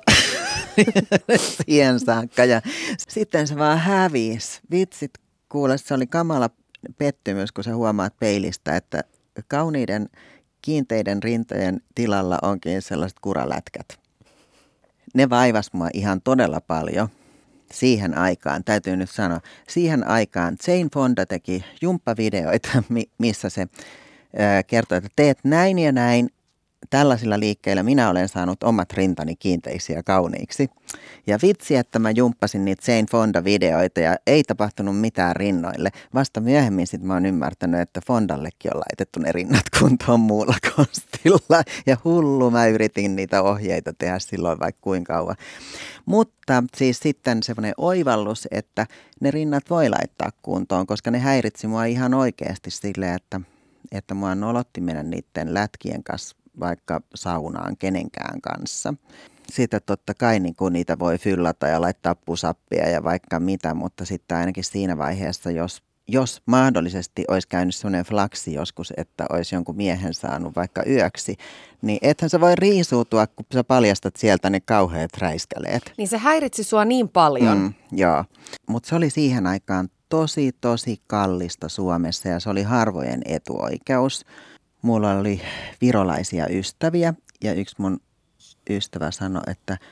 siihen saakka. Ja sitten se vaan hävisi. Vitsit, kuule, se oli kamala pettymys, kun sä huomaat peilistä, että kauniiden kiinteiden rintojen tilalla onkin sellaiset kuralätkät. Ne vaivasi mua ihan todella paljon siihen aikaan, täytyy nyt sanoa. Siihen aikaan Jane Fonda teki jumppavideoita, missä se kertoi, että teet näin ja näin. Tällaisilla liikkeillä minä olen saanut omat rintani kiinteiksi ja kauniiksi. Ja vitsi, että mä jumppasin niitä Jane Fonda-videoita ja ei tapahtunut mitään rinnoille. Vasta myöhemmin sitten mä oon ymmärtänyt, että Fondallekin on laitettu ne rinnat kuntoon muulla konstilla. Ja hullu, mä yritin niitä ohjeita tehdä silloin vaikka kuinka kauan. Mutta siis sitten semmoinen oivallus, että ne rinnat voi laittaa kuntoon, koska ne häiritsi mua ihan oikeasti silleen, että, että mua nolotti mennä niiden lätkien kanssa vaikka saunaan kenenkään kanssa. Sitten totta kai niin kun niitä voi fyllata ja laittaa pusappia ja vaikka mitä, mutta sitten ainakin siinä vaiheessa, jos, jos mahdollisesti olisi käynyt sellainen flaksi joskus, että olisi jonkun miehen saanut vaikka yöksi, niin ethän sä voi riisuutua, kun sä paljastat sieltä ne kauheat räiskäleet.
Niin se häiritsi sua niin paljon.
Mm, joo, mutta se oli siihen aikaan tosi, tosi kallista Suomessa ja se oli harvojen etuoikeus. Mulla oli virolaisia ystäviä ja yksi mun ystävä sanoi, että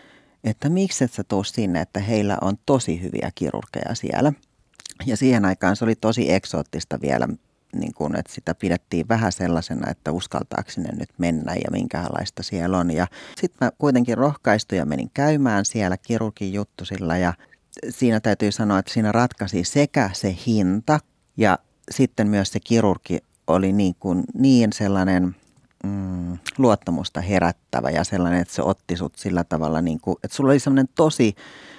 että miksi et sä tuu sinne, että heillä on tosi hyviä kirurgeja siellä. Ja siihen aikaan se oli tosi eksoottista vielä, niin kun, että sitä pidettiin vähän sellaisena, että uskaltaako sinne nyt mennä ja minkälaista siellä on. Ja sitten mä kuitenkin rohkaistuin ja menin käymään siellä kirurgin juttusilla ja siinä täytyy sanoa, että siinä ratkaisi sekä se hinta ja sitten myös se kirurgi oli niin, kuin, niin sellainen mm, luottamusta herättävä ja sellainen, että se otti sut sillä tavalla, niin kuin, että sulla oli sellainen tosi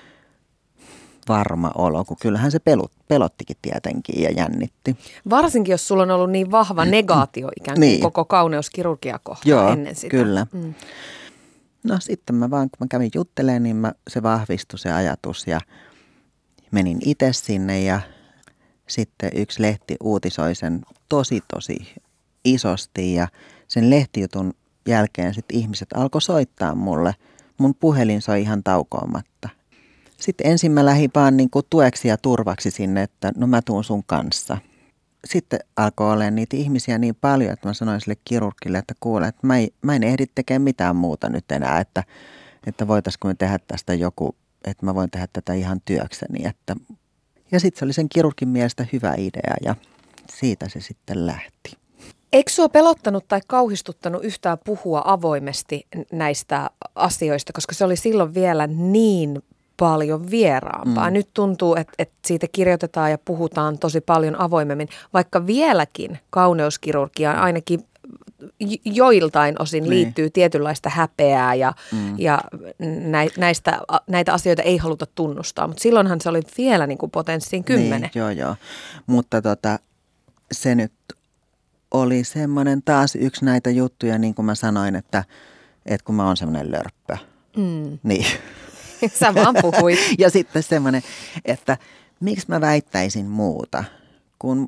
varma olo, kun kyllähän se pelut, pelottikin tietenkin ja jännitti.
Varsinkin, jos sulla on ollut niin vahva negaatio ikään kuin
niin.
koko kauneuskirurgia kohtaan
Joo,
ennen sitä.
Kyllä.
Mm.
No sitten mä vaan, kun mä kävin juttelemaan, niin mä, se vahvistui se ajatus ja menin itse sinne ja sitten yksi lehti uutisoi sen tosi tosi isosti ja sen lehtijutun jälkeen sitten ihmiset alkoi soittaa mulle. Mun puhelin soi ihan taukoamatta. Sitten ensin mä lähdin vaan niin kuin tueksi ja turvaksi sinne, että no mä tuun sun kanssa. Sitten alkoi olemaan niitä ihmisiä niin paljon, että mä sanoin sille kirurgille, että kuule, että mä, ei, mä en ehdi tekemään mitään muuta nyt enää, että, että voitaisiko me tehdä tästä joku, että mä voin tehdä tätä ihan työkseni. Että. Ja sitten se oli sen kirurgin mielestä hyvä idea ja siitä se sitten lähti.
Eikö sua pelottanut tai kauhistuttanut yhtään puhua avoimesti näistä asioista, koska se oli silloin vielä niin paljon vieraampaa. Mm. Nyt tuntuu, että, että siitä kirjoitetaan ja puhutaan tosi paljon avoimemmin, vaikka vieläkin kauneuskirurgiaan ainakin joiltain osin niin liittyy tietynlaista häpeää ja, mm. ja näistä, näitä asioita ei haluta tunnustaa, mutta silloinhan se oli vielä niin kuin potenssiin kymmenen.
Niin, joo, joo. Mutta tota, se nyt oli semmoinen taas yksi näitä juttuja, niin kuin mä sanoin, että, että kun mä oon semmoinen lörppö, mm. niin
sä vaan puhuit.
Ja sitten semmoinen, että miksi mä väittäisin muuta, kun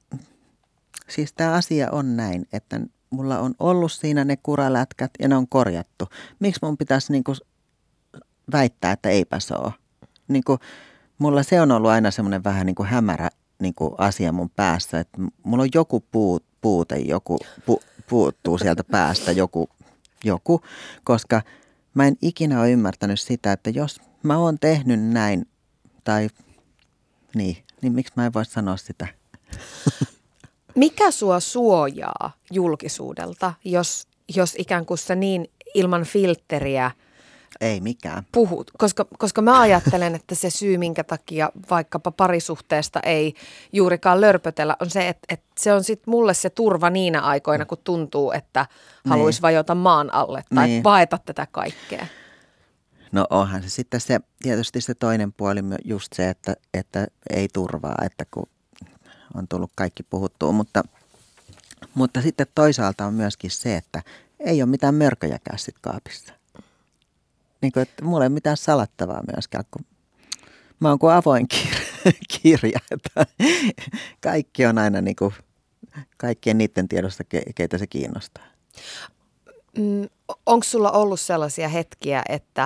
siis tämä asia on näin, että mulla on ollut siinä ne kuralätkät ja ne on korjattu. Miksi mun pitäisi niinku väittää, että eipä se ole? Niinku, mulla se on ollut aina semmoinen vähän niinku hämärä niinku asia mun päässä, että mulla on joku puut, puute, joku pu, puuttuu sieltä päästä, joku, joku, koska mä en ikinä ole ymmärtänyt sitä, että jos mä oon tehnyt näin, tai niin, niin miksi mä en voi sanoa sitä?
Mikä sua suojaa julkisuudelta, jos, jos ikään kuin sä niin ilman filtteriä
ei mikään
puhut? Koska, koska mä ajattelen, että se syy, minkä takia vaikkapa parisuhteesta ei juurikaan lörpötellä, on se, että, että se on sitten mulle se turva niinä aikoina, kun tuntuu, että haluaisi niin vajota maan alle tai niin paeta tätä kaikkea.
No onhan se sitten se, tietysti se toinen puoli just se, että, että ei turvaa, että kun on tullut kaikki puhuttua, mutta, mutta sitten toisaalta on myöskin se, että ei ole mitään mörköjäkään sit kaapissa. Niin kuin, että mulla ei ole mitään salattavaa myöskään, kun mä oon kuin avoin kirja, kirja että kaikki on aina niin kuin, kaikkien niiden tiedosta, keitä se kiinnostaa.
Mm, onko sulla ollut sellaisia hetkiä, että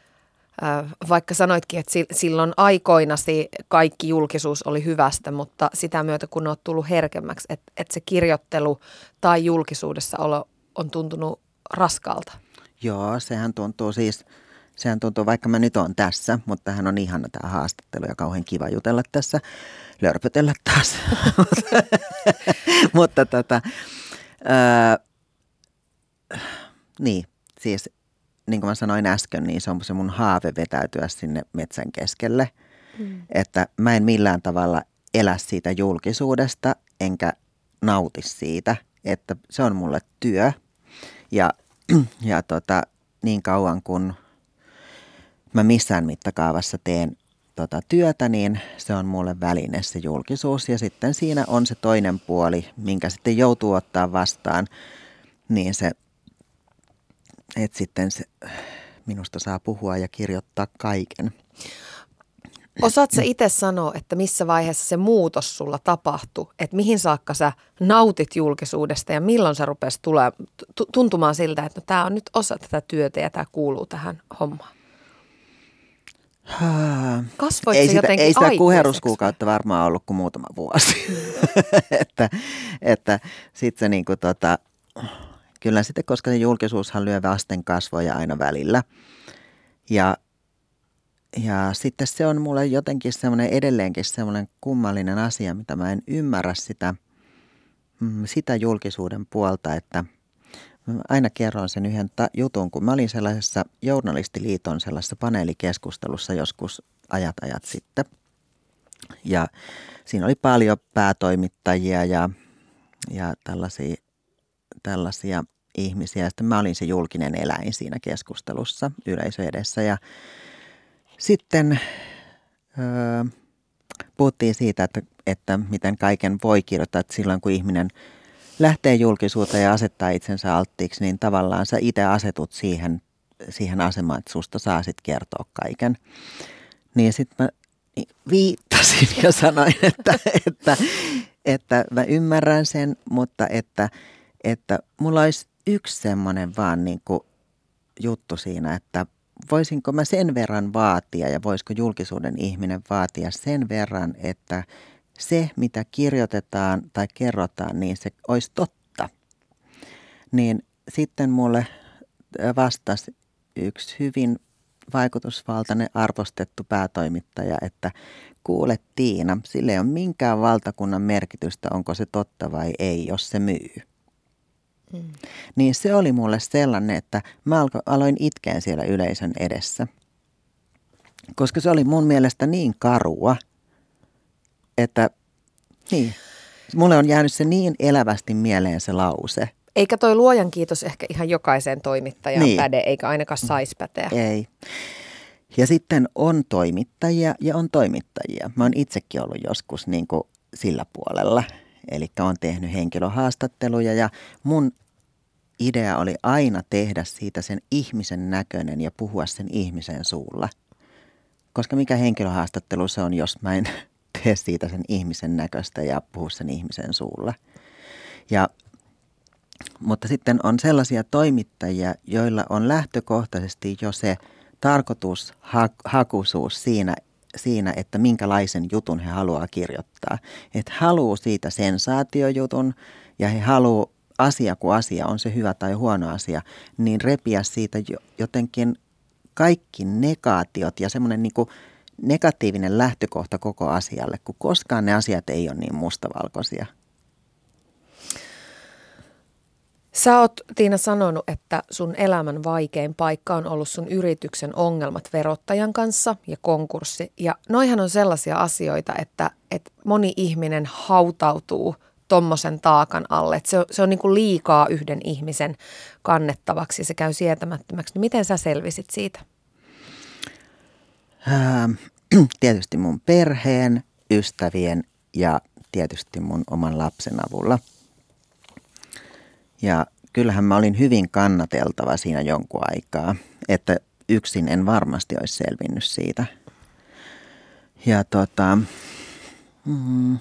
vaikka sanoitkin, että silloin aikoinasi kaikki julkisuus oli hyvästä, mutta sitä myötä kun olet tullut herkemmäksi, että, että se kirjoittelu tai julkisuudessa olo on tuntunut raskaalta?
Joo, sehän tuntuu siis, sehän tuntuu, vaikka mä nyt oon tässä, mutta tämähän on ihana tämä haastattelu ja kauhean kiva jutella tässä, lörpötellä taas. mutta tota, ää, niin, siis niin kuin mä sanoin äsken, niin se on se mun haave vetäytyä sinne metsän keskelle. Mm. Että mä en millään tavalla elä siitä julkisuudesta, enkä nauti siitä, että se on mulle työ. Ja, ja tota, niin kauan kun mä missään mittakaavassa teen tota työtä, niin se on mulle väline se julkisuus. Ja sitten siinä on se toinen puoli, minkä sitten joutuu ottaa vastaan, niin se että sitten se, minusta saa puhua ja kirjoittaa kaiken.
Osaatko sä itse sanoa, että missä vaiheessa se muutos sulla tapahtui? Että mihin saakka sä nautit julkisuudesta ja milloin sä rupesi tulee, tuntumaan siltä, että no, tämä on nyt osa tätä työtä ja tämä kuuluu tähän hommaan? Kasvoit
ei
se
sitä,
jotenkin
ei sitä
aikuiseksi?
kuheruskuukautta varmaan ollut kuin muutama vuosi. että että sitten se niinku tota... Kyllä sitten, koska se julkisuushan lyö vasten kasvoja aina välillä. Ja ja sitten se on mulle jotenkin semmoinen edelleenkin semmoinen kummallinen asia, mitä mä en ymmärrä sitä, sitä julkisuuden puolta, että mä aina kerron sen yhden ta- jutun, kun mä olin sellaisessa Journalistiliiton sellaisessa paneelikeskustelussa joskus ajat ajat sitten. Ja siinä oli paljon päätoimittajia ja, ja tällaisia, tällaisia ihmisiä. Sitten mä olin se julkinen eläin siinä keskustelussa yleisö edessä. Ja sitten öö, puhuttiin siitä, että, että miten kaiken voi kirjoittaa, että silloin kun ihminen lähtee julkisuuteen ja asettaa itsensä alttiiksi, niin tavallaan sä itse asetut siihen, siihen asemaan, että susta saa sitten kertoa kaiken. Niin sitten mä viittasin ja sanoin, että, että, että mä ymmärrän sen, mutta että, että mulla olisi yksi semmoinen vaan niin kuin juttu siinä, että voisinko mä sen verran vaatia ja voisiko julkisuuden ihminen vaatia sen verran, että se mitä kirjoitetaan tai kerrotaan, niin se olisi totta. Niin sitten mulle vastasi yksi hyvin vaikutusvaltainen arvostettu päätoimittaja, että kuule Tiina, sillä ei ole minkään valtakunnan merkitystä, onko se totta vai ei, jos se myy. Mm. Niin se oli mulle sellainen, että mä aloin itkeä siellä yleisön edessä, koska se oli mun mielestä niin karua, että niin, mulle on jäänyt se niin elävästi mieleen se lause.
Eikä toi luojan kiitos ehkä ihan jokaiseen toimittajaan
niin.
päde, eikä ainakaan saisi päteä.
Ei. Ja sitten on toimittajia ja on toimittajia. Mä oon itsekin ollut joskus niin kuin sillä puolella. Eli oon tehnyt henkilöhaastatteluja ja mun idea oli aina tehdä siitä sen ihmisen näköinen ja puhua sen ihmisen suulla. Koska mikä henkilöhaastattelu se on, jos mä en tee siitä sen ihmisen näköistä ja puhu sen ihmisen suulla. Ja mutta sitten on sellaisia toimittajia, joilla on lähtökohtaisesti jo se tarkoitushakuisuus siinä, siinä, että minkälaisen jutun he haluaa kirjoittaa. Että haluaa siitä sensaatiojutun ja he haluaa asia kuin asia, on se hyvä tai huono asia, niin repiä siitä jotenkin kaikki negaatiot ja semmoinen niin kuin negatiivinen lähtökohta koko asialle, kun koskaan ne asiat ei ole niin mustavalkoisia.
Sä oot, Tiina, sanonut, että sun elämän vaikein paikka on ollut sun yrityksen ongelmat verottajan kanssa ja konkurssi. Ja noihan on sellaisia asioita, että, että moni ihminen hautautuu tommosen taakan alle. Että se on, se on niin kuin liikaa yhden ihmisen kannettavaksi ja se käy sietämättömäksi. Niin miten sä selvisit siitä?
Ää, tietysti mun perheen, ystävien ja tietysti mun oman lapsen avulla. Ja kyllähän mä olin hyvin kannateltava siinä jonkun aikaa, että yksin en varmasti olisi selvinnyt siitä. Ja tota, mm,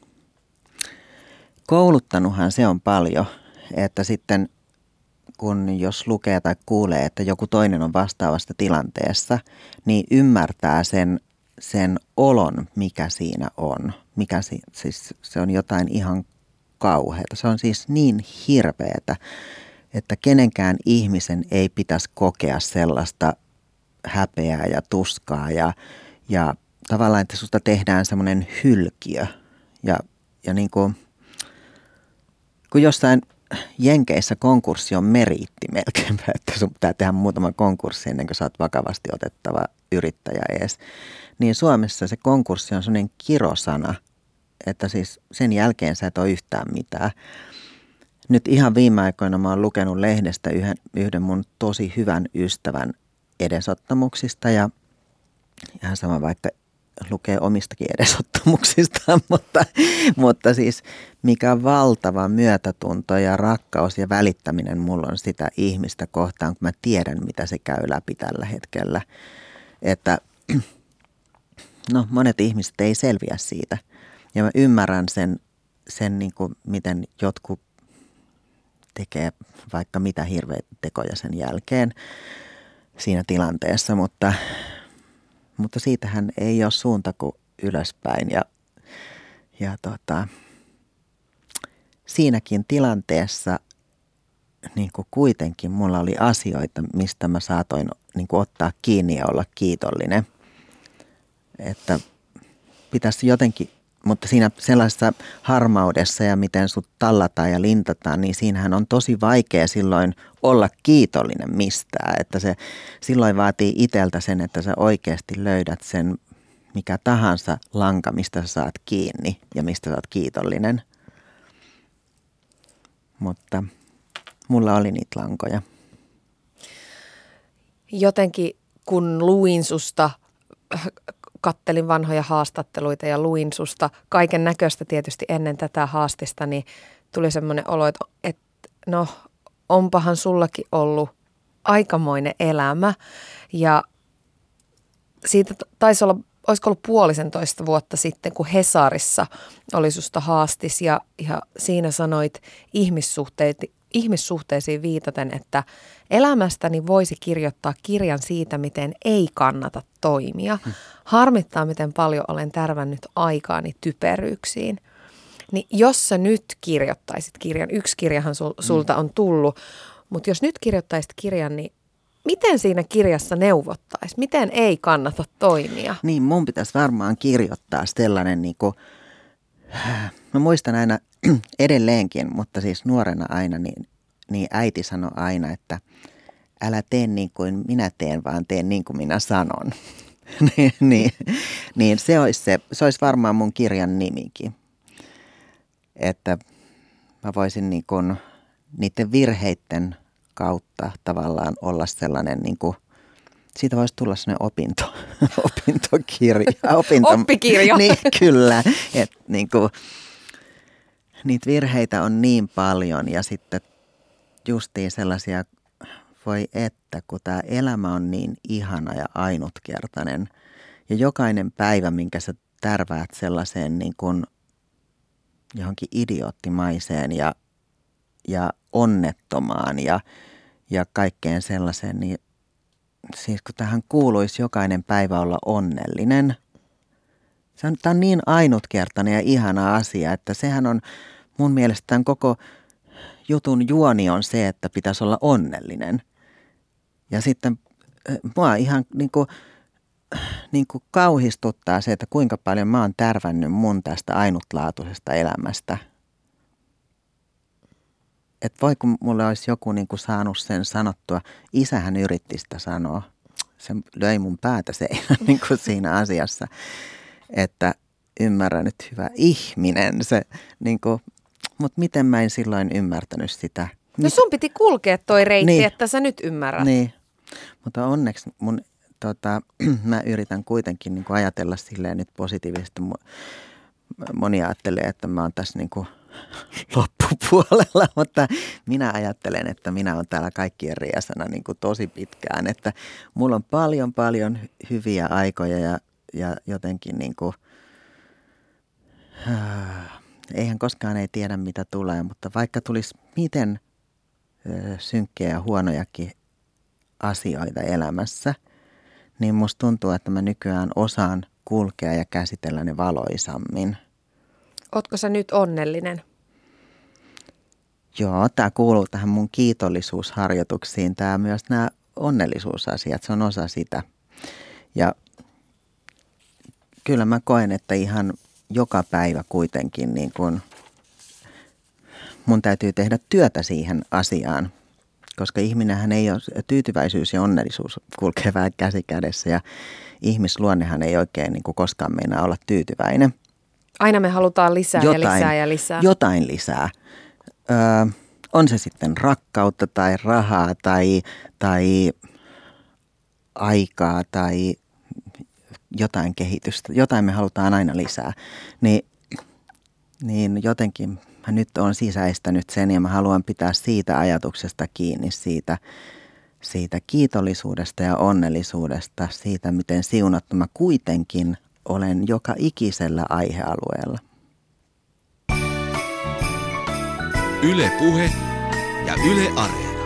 kouluttanuthan se on paljon, että sitten kun jos lukee tai kuulee, että joku toinen on vastaavassa tilanteessa, niin ymmärtää sen, sen olon, mikä siinä on. Mikä si, siis se on jotain ihan kauheata. Se on siis niin hirveätä, että kenenkään ihmisen ei pitäisi kokea sellaista häpeää ja tuskaa ja, ja tavallaan, että susta tehdään semmoinen hylkiö. Ja, ja niin kuin, kun jossain Jenkeissä konkurssi on meriitti melkeinpä, että sun pitää tehdä muutama konkurssi ennen kuin sä oot vakavasti otettava yrittäjä ees, niin Suomessa se konkurssi on semmoinen kirosana, että siis sen jälkeen sä et ole yhtään mitään. Nyt ihan viime aikoina mä oon lukenut lehdestä yhden, yhden mun tosi hyvän ystävän edesottamuksista ja ihan sama vaikka lukee omistakin edesottamuksistaan, mutta, mutta siis mikä valtava myötätunto ja rakkaus ja välittäminen mulla on sitä ihmistä kohtaan, kun mä tiedän mitä se käy läpi tällä hetkellä. Että no monet ihmiset ei selviä siitä. Ja mä ymmärrän sen, sen niin kuin miten jotkut tekee vaikka mitä hirveitä tekoja sen jälkeen siinä tilanteessa, mutta, mutta siitähän ei ole suunta kuin ylöspäin. Ja, ja tota, siinäkin tilanteessa niin kuin kuitenkin mulla oli asioita, mistä mä saatoin niin kuin ottaa kiinni ja olla kiitollinen. että pitäisi jotenkin, mutta siinä sellaisessa harmaudessa ja miten sut tallataan ja lintataan, niin siinähän on tosi vaikea silloin olla kiitollinen mistään. Että se silloin vaatii itseltä sen, että sä oikeasti löydät sen mikä tahansa lanka, mistä sä saat kiinni ja mistä sä oot kiitollinen. Mutta mulla oli niitä lankoja.
Jotenkin kun luin susta, kattelin vanhoja haastatteluita ja luin susta kaiken näköistä tietysti ennen tätä haastista, niin tuli semmoinen olo, että, että no onpahan sullakin ollut aikamoinen elämä. Ja siitä taisi olla, olisiko ollut puolisentoista vuotta sitten, kun Hesarissa oli susta haastis ja, ja siinä sanoit ihmissuhteet, ihmissuhteisiin viitaten, että elämästäni voisi kirjoittaa kirjan siitä, miten ei kannata toimia. Hmm. Harmittaa, miten paljon olen tärvännyt aikaani typeryyksiin. Niin jos sä nyt kirjoittaisit kirjan, yksi kirjahan sul, sulta on tullut, mutta jos nyt kirjoittaisit kirjan, niin miten siinä kirjassa neuvottaisi? Miten ei kannata toimia?
Niin, mun pitäisi varmaan kirjoittaa sellainen, niin kuin, mä muistan aina edelleenkin, mutta siis nuorena aina, niin, niin äiti sanoi aina, että älä tee niin kuin minä teen, vaan tee niin kuin minä sanon. niin, niin, niin se olisi, se, se olisi varmaan mun kirjan nimikin. Että mä voisin niin kuin niiden virheiden kautta tavallaan olla sellainen, niin kuin, siitä voisi tulla sellainen opinto, opintokirja. Opinto,
Oppikirja.
Niin, kyllä. Että niin kuin, niitä virheitä on niin paljon ja sitten justiin sellaisia, voi että kun tämä elämä on niin ihana ja ainutkertainen ja jokainen päivä, minkä sä tärväät sellaiseen niin kuin johonkin idioottimaiseen ja, ja onnettomaan ja, ja kaikkeen sellaiseen, niin siis kun tähän kuuluisi jokainen päivä olla onnellinen, se on, tämä on niin ainutkertainen ja ihana asia, että sehän on mun mielestä tämän koko jutun juoni on se, että pitäisi olla onnellinen. Ja sitten mua ihan niin kuin, niin kuin kauhistuttaa se, että kuinka paljon mä oon tärvännyt mun tästä ainutlaatuisesta elämästä. Että voi kun mulle olisi joku niin kuin saanut sen sanottua, isähän yritti sitä sanoa. Se löi mun päätä seinään niin kuin siinä asiassa, että ymmärrä nyt hyvä ihminen. Se, niin kuin, mutta miten mä en silloin ymmärtänyt sitä.
No sun piti kulkea toi reitti,
niin,
että sä nyt ymmärrät.
Niin, mutta onneksi mun, tota, mä yritän kuitenkin niin kuin ajatella silleen nyt positiivisesti. Moni ajattelee, että mä oon tässä niin kuin loppupuolella, mutta minä ajattelen, että minä olen täällä kaikkien riesana niin kuin tosi pitkään. Että mulla on paljon, paljon hyviä aikoja ja, ja jotenkin niin kuin, äh, eihän koskaan ei tiedä mitä tulee, mutta vaikka tulisi miten äh, synkkejä ja huonojakin asioita elämässä, niin musta tuntuu, että mä nykyään osaan kulkea ja käsitellä ne valoisammin.
Ootko sä nyt onnellinen?
Joo, tämä kuuluu tähän mun kiitollisuusharjoituksiin. Tämä myös nämä onnellisuusasiat, se on osa sitä. Ja kyllä mä koen, että ihan joka päivä kuitenkin niin kun mun täytyy tehdä työtä siihen asiaan. Koska ihminenhän ei ole, tyytyväisyys ja onnellisuus kulkee vähän käsi kädessä ja ihmisluonnehan ei oikein niin kuin koskaan meinaa olla tyytyväinen.
Aina me halutaan lisää jotain, ja lisää ja lisää.
Jotain lisää. Öö, on se sitten rakkautta tai rahaa tai, tai aikaa tai jotain kehitystä. Jotain me halutaan aina lisää. Niin, niin jotenkin mä nyt olen sisäistänyt sen ja mä haluan pitää siitä ajatuksesta kiinni, siitä, siitä kiitollisuudesta ja onnellisuudesta, siitä miten siunattu mä kuitenkin olen joka ikisellä aihealueella.
Yle Puhe ja Yle Areena.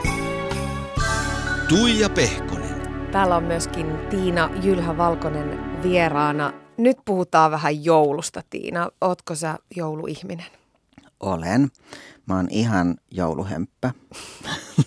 Tuija Pehkonen.
Täällä on myöskin Tiina Jylhä-Valkonen vieraana. Nyt puhutaan vähän joulusta, Tiina. Ootko sä jouluihminen?
Olen. Mä oon ihan jouluhemppä.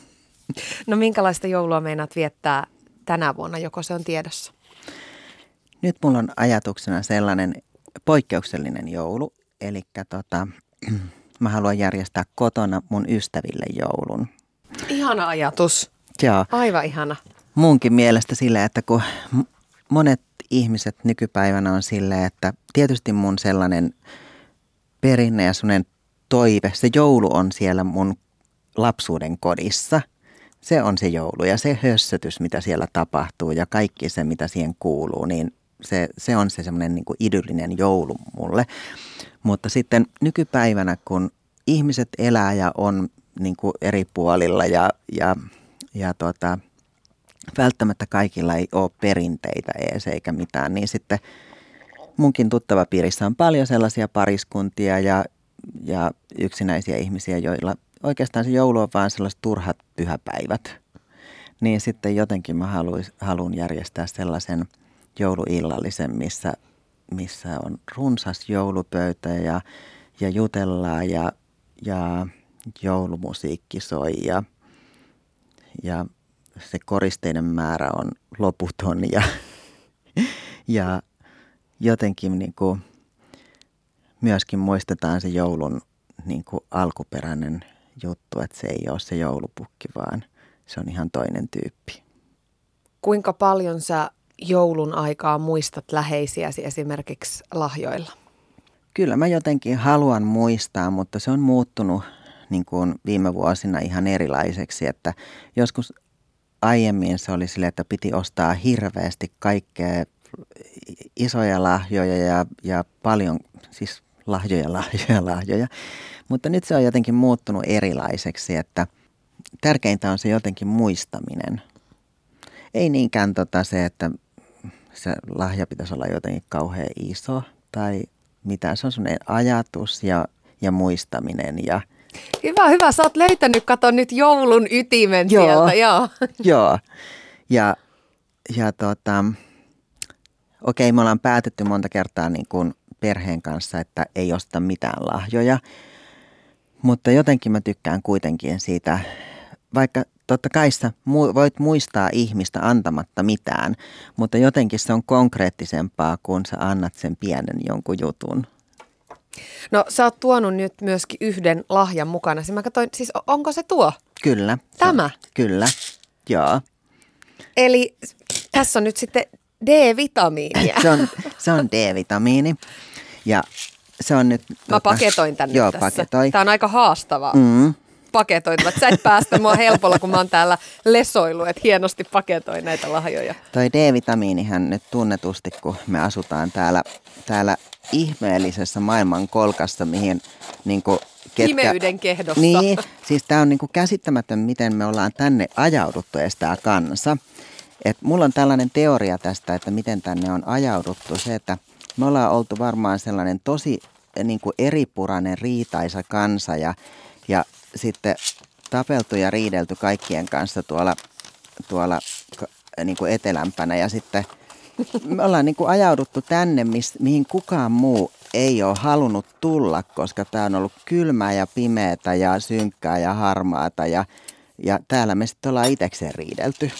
No minkälaista joulua meinaat viettää tänä vuonna, joko se on tiedossa?
nyt mulla on ajatuksena sellainen poikkeuksellinen joulu, eli tota, mä haluan järjestää kotona mun ystäville joulun.
Ihana ajatus.
Joo.
Aivan ihana.
Munkin mielestä silleen, että kun monet ihmiset nykypäivänä on silleen, että tietysti mun sellainen perinne ja sellainen toive, se joulu on siellä mun lapsuuden kodissa. Se on se joulu ja se hössötys, mitä siellä tapahtuu ja kaikki se, mitä siihen kuuluu, niin se, se on se semmoinen niin kuin idyllinen joulu mulle. Mutta sitten nykypäivänä, kun ihmiset elää ja on niin kuin eri puolilla ja, ja, ja tota, välttämättä kaikilla ei ole perinteitä ees eikä mitään, niin sitten munkin tuttavapiirissä on paljon sellaisia pariskuntia ja, ja yksinäisiä ihmisiä, joilla oikeastaan se joulu on vaan sellaiset turhat pyhäpäivät. Niin sitten jotenkin mä haluais, haluan järjestää sellaisen jouluillallisen, missä, missä on runsas joulupöytä ja, ja jutellaan ja, ja joulumusiikki soi ja, ja se koristeiden määrä on loputon ja, ja jotenkin niin kuin myöskin muistetaan se joulun niin kuin alkuperäinen juttu, että se ei ole se joulupukki, vaan se on ihan toinen tyyppi.
Kuinka paljon sä joulun aikaa muistat läheisiäsi esimerkiksi lahjoilla?
Kyllä mä jotenkin haluan muistaa, mutta se on muuttunut niin kuin viime vuosina ihan erilaiseksi, että joskus aiemmin se oli silleen, että piti ostaa hirveästi kaikkea isoja lahjoja ja, ja paljon, siis lahjoja, lahjoja, lahjoja. Mutta nyt se on jotenkin muuttunut erilaiseksi, että tärkeintä on se jotenkin muistaminen. Ei niinkään tota se, että se lahja pitäisi olla jotenkin kauhean iso tai mitä. Se on sellainen ajatus ja, ja muistaminen. Ja
Hyvä, hyvä. Sä oot löytänyt, kato nyt joulun ytimen
joo,
sieltä. Joo,
joo. Ja, ja tota, okei, me ollaan päätetty monta kertaa niin kuin perheen kanssa, että ei osta mitään lahjoja. Mutta jotenkin mä tykkään kuitenkin siitä, vaikka totta kai sä voit muistaa ihmistä antamatta mitään, mutta jotenkin se on konkreettisempaa, kun sä annat sen pienen jonkun jutun.
no sä oot tuonut nyt myöskin yhden lahjan mukana. Mä katsoin, siis onko se tuo?
Kyllä.
Tämä?
On, kyllä, joo.
Eli tässä on nyt sitten D-vitamiinia.
Se on, se on D-vitamiini ja se on nyt...
Mä
tota,
paketoin tän
joo,
nyt tässä.
paketoi.
Tää on aika haastavaa.
Mm.
Paketoituvat. Sä et päästä mua helpolla, kun mä oon täällä lesoillut, että hienosti paketoin näitä lahjoja.
Toi D-vitamiinihän nyt tunnetusti, kun me asutaan täällä, täällä ihmeellisessä maailman kolkassa, mihin niin kuin ketkä...
Himeyden kehdossa.
Niin, siis tää on niin kuin käsittämätön, miten me ollaan tänne ajauduttu edes tää kansa. Et mulla on tällainen teoria tästä, että miten tänne on ajauduttu. Se, että me ollaan oltu varmaan sellainen tosi niin kuin eripurainen, riitaisa kansa ja, ja sitten tapeltu ja riidelty kaikkien kanssa tuolla, tuolla niin kuin etelämpänä. Ja sitten me ollaan niin kuin ajauduttu tänne, mihin kukaan muu ei ole halunnut tulla, koska tämä on ollut kylmää ja pimeätä ja synkkää ja harmaata. Ja, ja täällä me sitten ollaan itsekseen riidelty.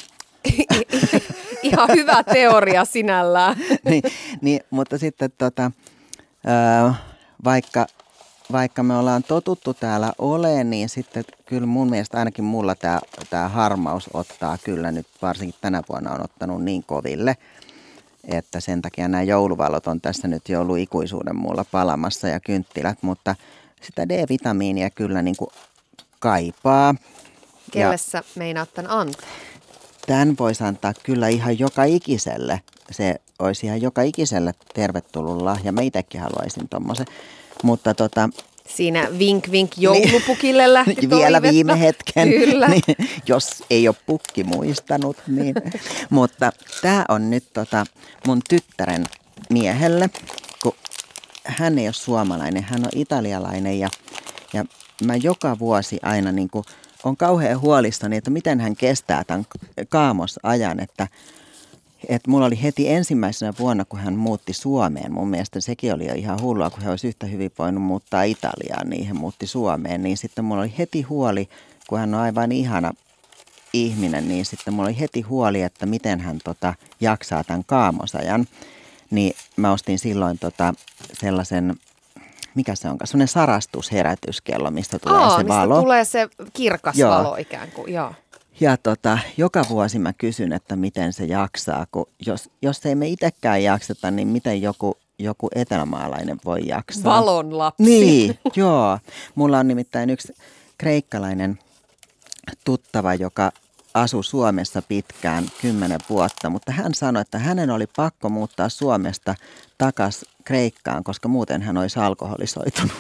Ihan hyvä teoria sinällään.
niin, niin, mutta sitten tota, ö, vaikka, vaikka me ollaan totuttu täällä olemaan, niin sitten kyllä mun mielestä ainakin mulla tämä, tämä harmaus ottaa kyllä nyt varsinkin tänä vuonna on ottanut niin koville, että sen takia nämä jouluvalot on tässä nyt jo ollut ikuisuuden mulla palamassa ja kynttilät, mutta sitä D-vitamiinia kyllä niin kuin kaipaa.
Kelle sä meinaat tän antaa?
Tämän voisi antaa kyllä ihan joka ikiselle. Se olisi ihan joka ikiselle tervetullut lahja. Mä itsekin haluaisin tommosen. Mutta tota...
Siinä vink vink joulupukille lähti toivetta.
Vielä viime hetken.
Kyllä.
Niin, jos ei ole pukki muistanut. Niin. Mutta tämä on nyt tota mun tyttären miehelle, kun hän ei ole suomalainen, hän on italialainen ja, ja mä joka vuosi aina niin kuin on kauhean huolissani, että miten hän kestää tämän kaamosajan, että, että mulla oli heti ensimmäisenä vuonna, kun hän muutti Suomeen, mun mielestä sekin oli jo ihan hullua, kun he olisi yhtä hyvin voinut muuttaa Italiaan, niin he muutti Suomeen, niin sitten mulla oli heti huoli, kun hän on aivan ihana ihminen, niin sitten mulla oli heti huoli, että miten hän tota, jaksaa tämän kaamosajan. niin mä ostin silloin tota sellaisen, mikä se onkaan, sellainen sarastusherätyskello, mistä tulee
Aa,
se
mistä
valo.
tulee se kirkas
Joo.
valo ikään kuin, joo.
Ja tota, joka vuosi mä kysyn, että miten se jaksaa, kun jos, jos ei me itsekään jakseta, niin miten joku, joku etelämaalainen voi jaksaa.
Valon lapsi.
Niin, joo. Mulla on nimittäin yksi kreikkalainen tuttava, joka asui Suomessa pitkään, kymmenen vuotta, mutta hän sanoi, että hänen oli pakko muuttaa Suomesta takaisin Kreikkaan, koska muuten hän olisi alkoholisoitunut.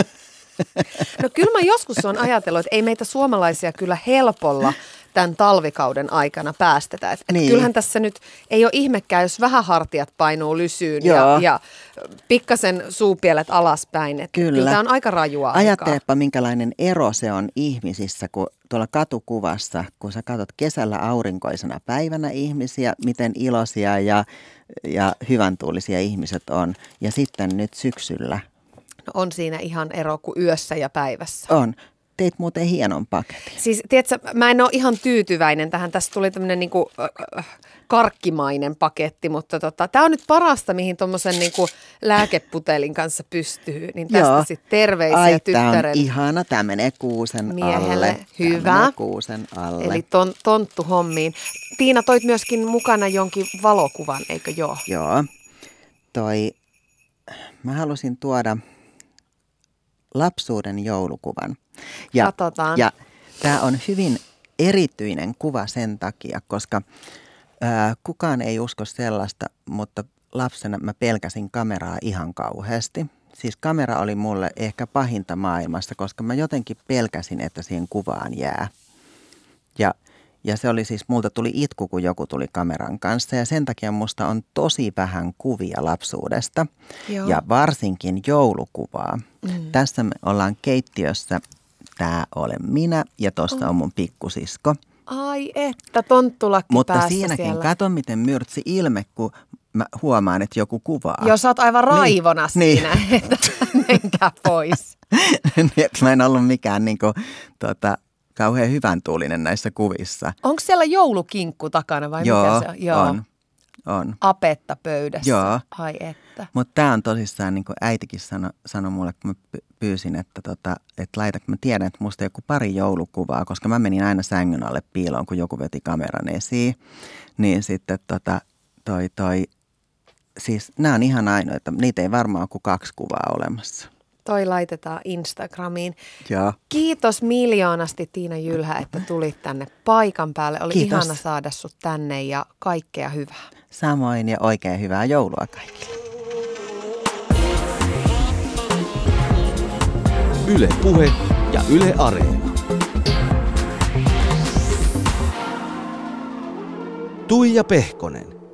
No kyllä mä joskus on ajatellut, että ei meitä suomalaisia kyllä helpolla tämän talvikauden aikana päästetä. Että
Niin.
et kyllähän tässä nyt ei ole ihmekään, jos vähän hartiat painuu lysyyn
Joo.
ja, ja pikkasen suupielet alaspäin. Että
Kyllä.
kyllä tämä on aika rajua aikaa.
Ajattelepa, minkälainen ero se on ihmisissä, kun tuolla katukuvassa, kun sä katsot kesällä aurinkoisena päivänä ihmisiä, miten iloisia ja, ja hyväntuulisia ihmiset on. Ja sitten nyt syksyllä
No on siinä ihan ero kuin yössä ja päivässä.
on. Teit muuten hienon paketin.
Siis tiedätkö, mä en ole ihan tyytyväinen tähän. Tässä tuli tämmöinen niinku, äh, karkkimainen paketti, mutta tota, tämä on nyt parasta, mihin tuommoisen niinku lääkeputelin kanssa pystyy. Niin tästä
Joo.
sitten terveisiä
Ai, tää on
tyttären
ihana. Tämä menee kuusen
miehelle.
alle. Tää
Hyvä.
menee kuusen alle.
Eli ton, tonttu hommiin. Tiina, toit myöskin mukana jonkin valokuvan, eikö joo?
Joo. Toi, mä halusin tuoda lapsuuden joulukuvan. Ja,
Katsotaan.
ja tämä on hyvin erityinen kuva sen takia, koska ää, kukaan ei usko sellaista, mutta lapsena mä pelkäsin kameraa ihan kauheasti. Siis kamera oli mulle ehkä pahinta maailmassa, koska mä jotenkin pelkäsin, että siihen kuvaan jää. Ja, ja se oli siis, multa tuli itku, kun joku tuli kameran kanssa ja sen takia musta on tosi vähän kuvia lapsuudesta.
Joo.
Ja varsinkin joulukuvaa.
Mm.
Tässä me ollaan keittiössä. Tää olen minä ja tosta on mun pikkusisko.
Ai että, tonttulakki
Mutta
päässä
siinäkin
siellä.
kato, miten myrtsi ilme, kun mä huomaan, että joku kuvaa.
Joo, sä oot aivan raivona
Niin.
siinä, että menkää pois.
Mä en ollut mikään niin kuin, tota, kauhean hyvän tuulinen näissä kuvissa.
Onko siellä joulukinkku takana vai
Joo,
mikä se on?
on. on.
Apetta pöydässä.
Joo.
Ai että.
Mutta tämä on tosissaan, niin kuin äitikin sanoi sano mulle, kun mä pyysin, että, tota, että laita, kun mä tiedän, että musta joku pari joulukuvaa, koska mä menin aina sängyn alle piiloon, kun joku veti kameran esiin. Niin sitten tota, toi, toi, siis nämä on ihan ainoita, niitä ei varmaan ole kuin kaksi kuvaa olemassa.
Toi laitetaan Instagramiin.
Joo.
Kiitos miljoonasti Tiina Jylhä, että tulit tänne paikan päälle. Oli
Kiitos.
ihana saada sut tänne ja kaikkea hyvää.
Samoin ja oikein hyvää joulua kaikille.
Yle Puhe ja Yle Areena. Tuija Pehkonen.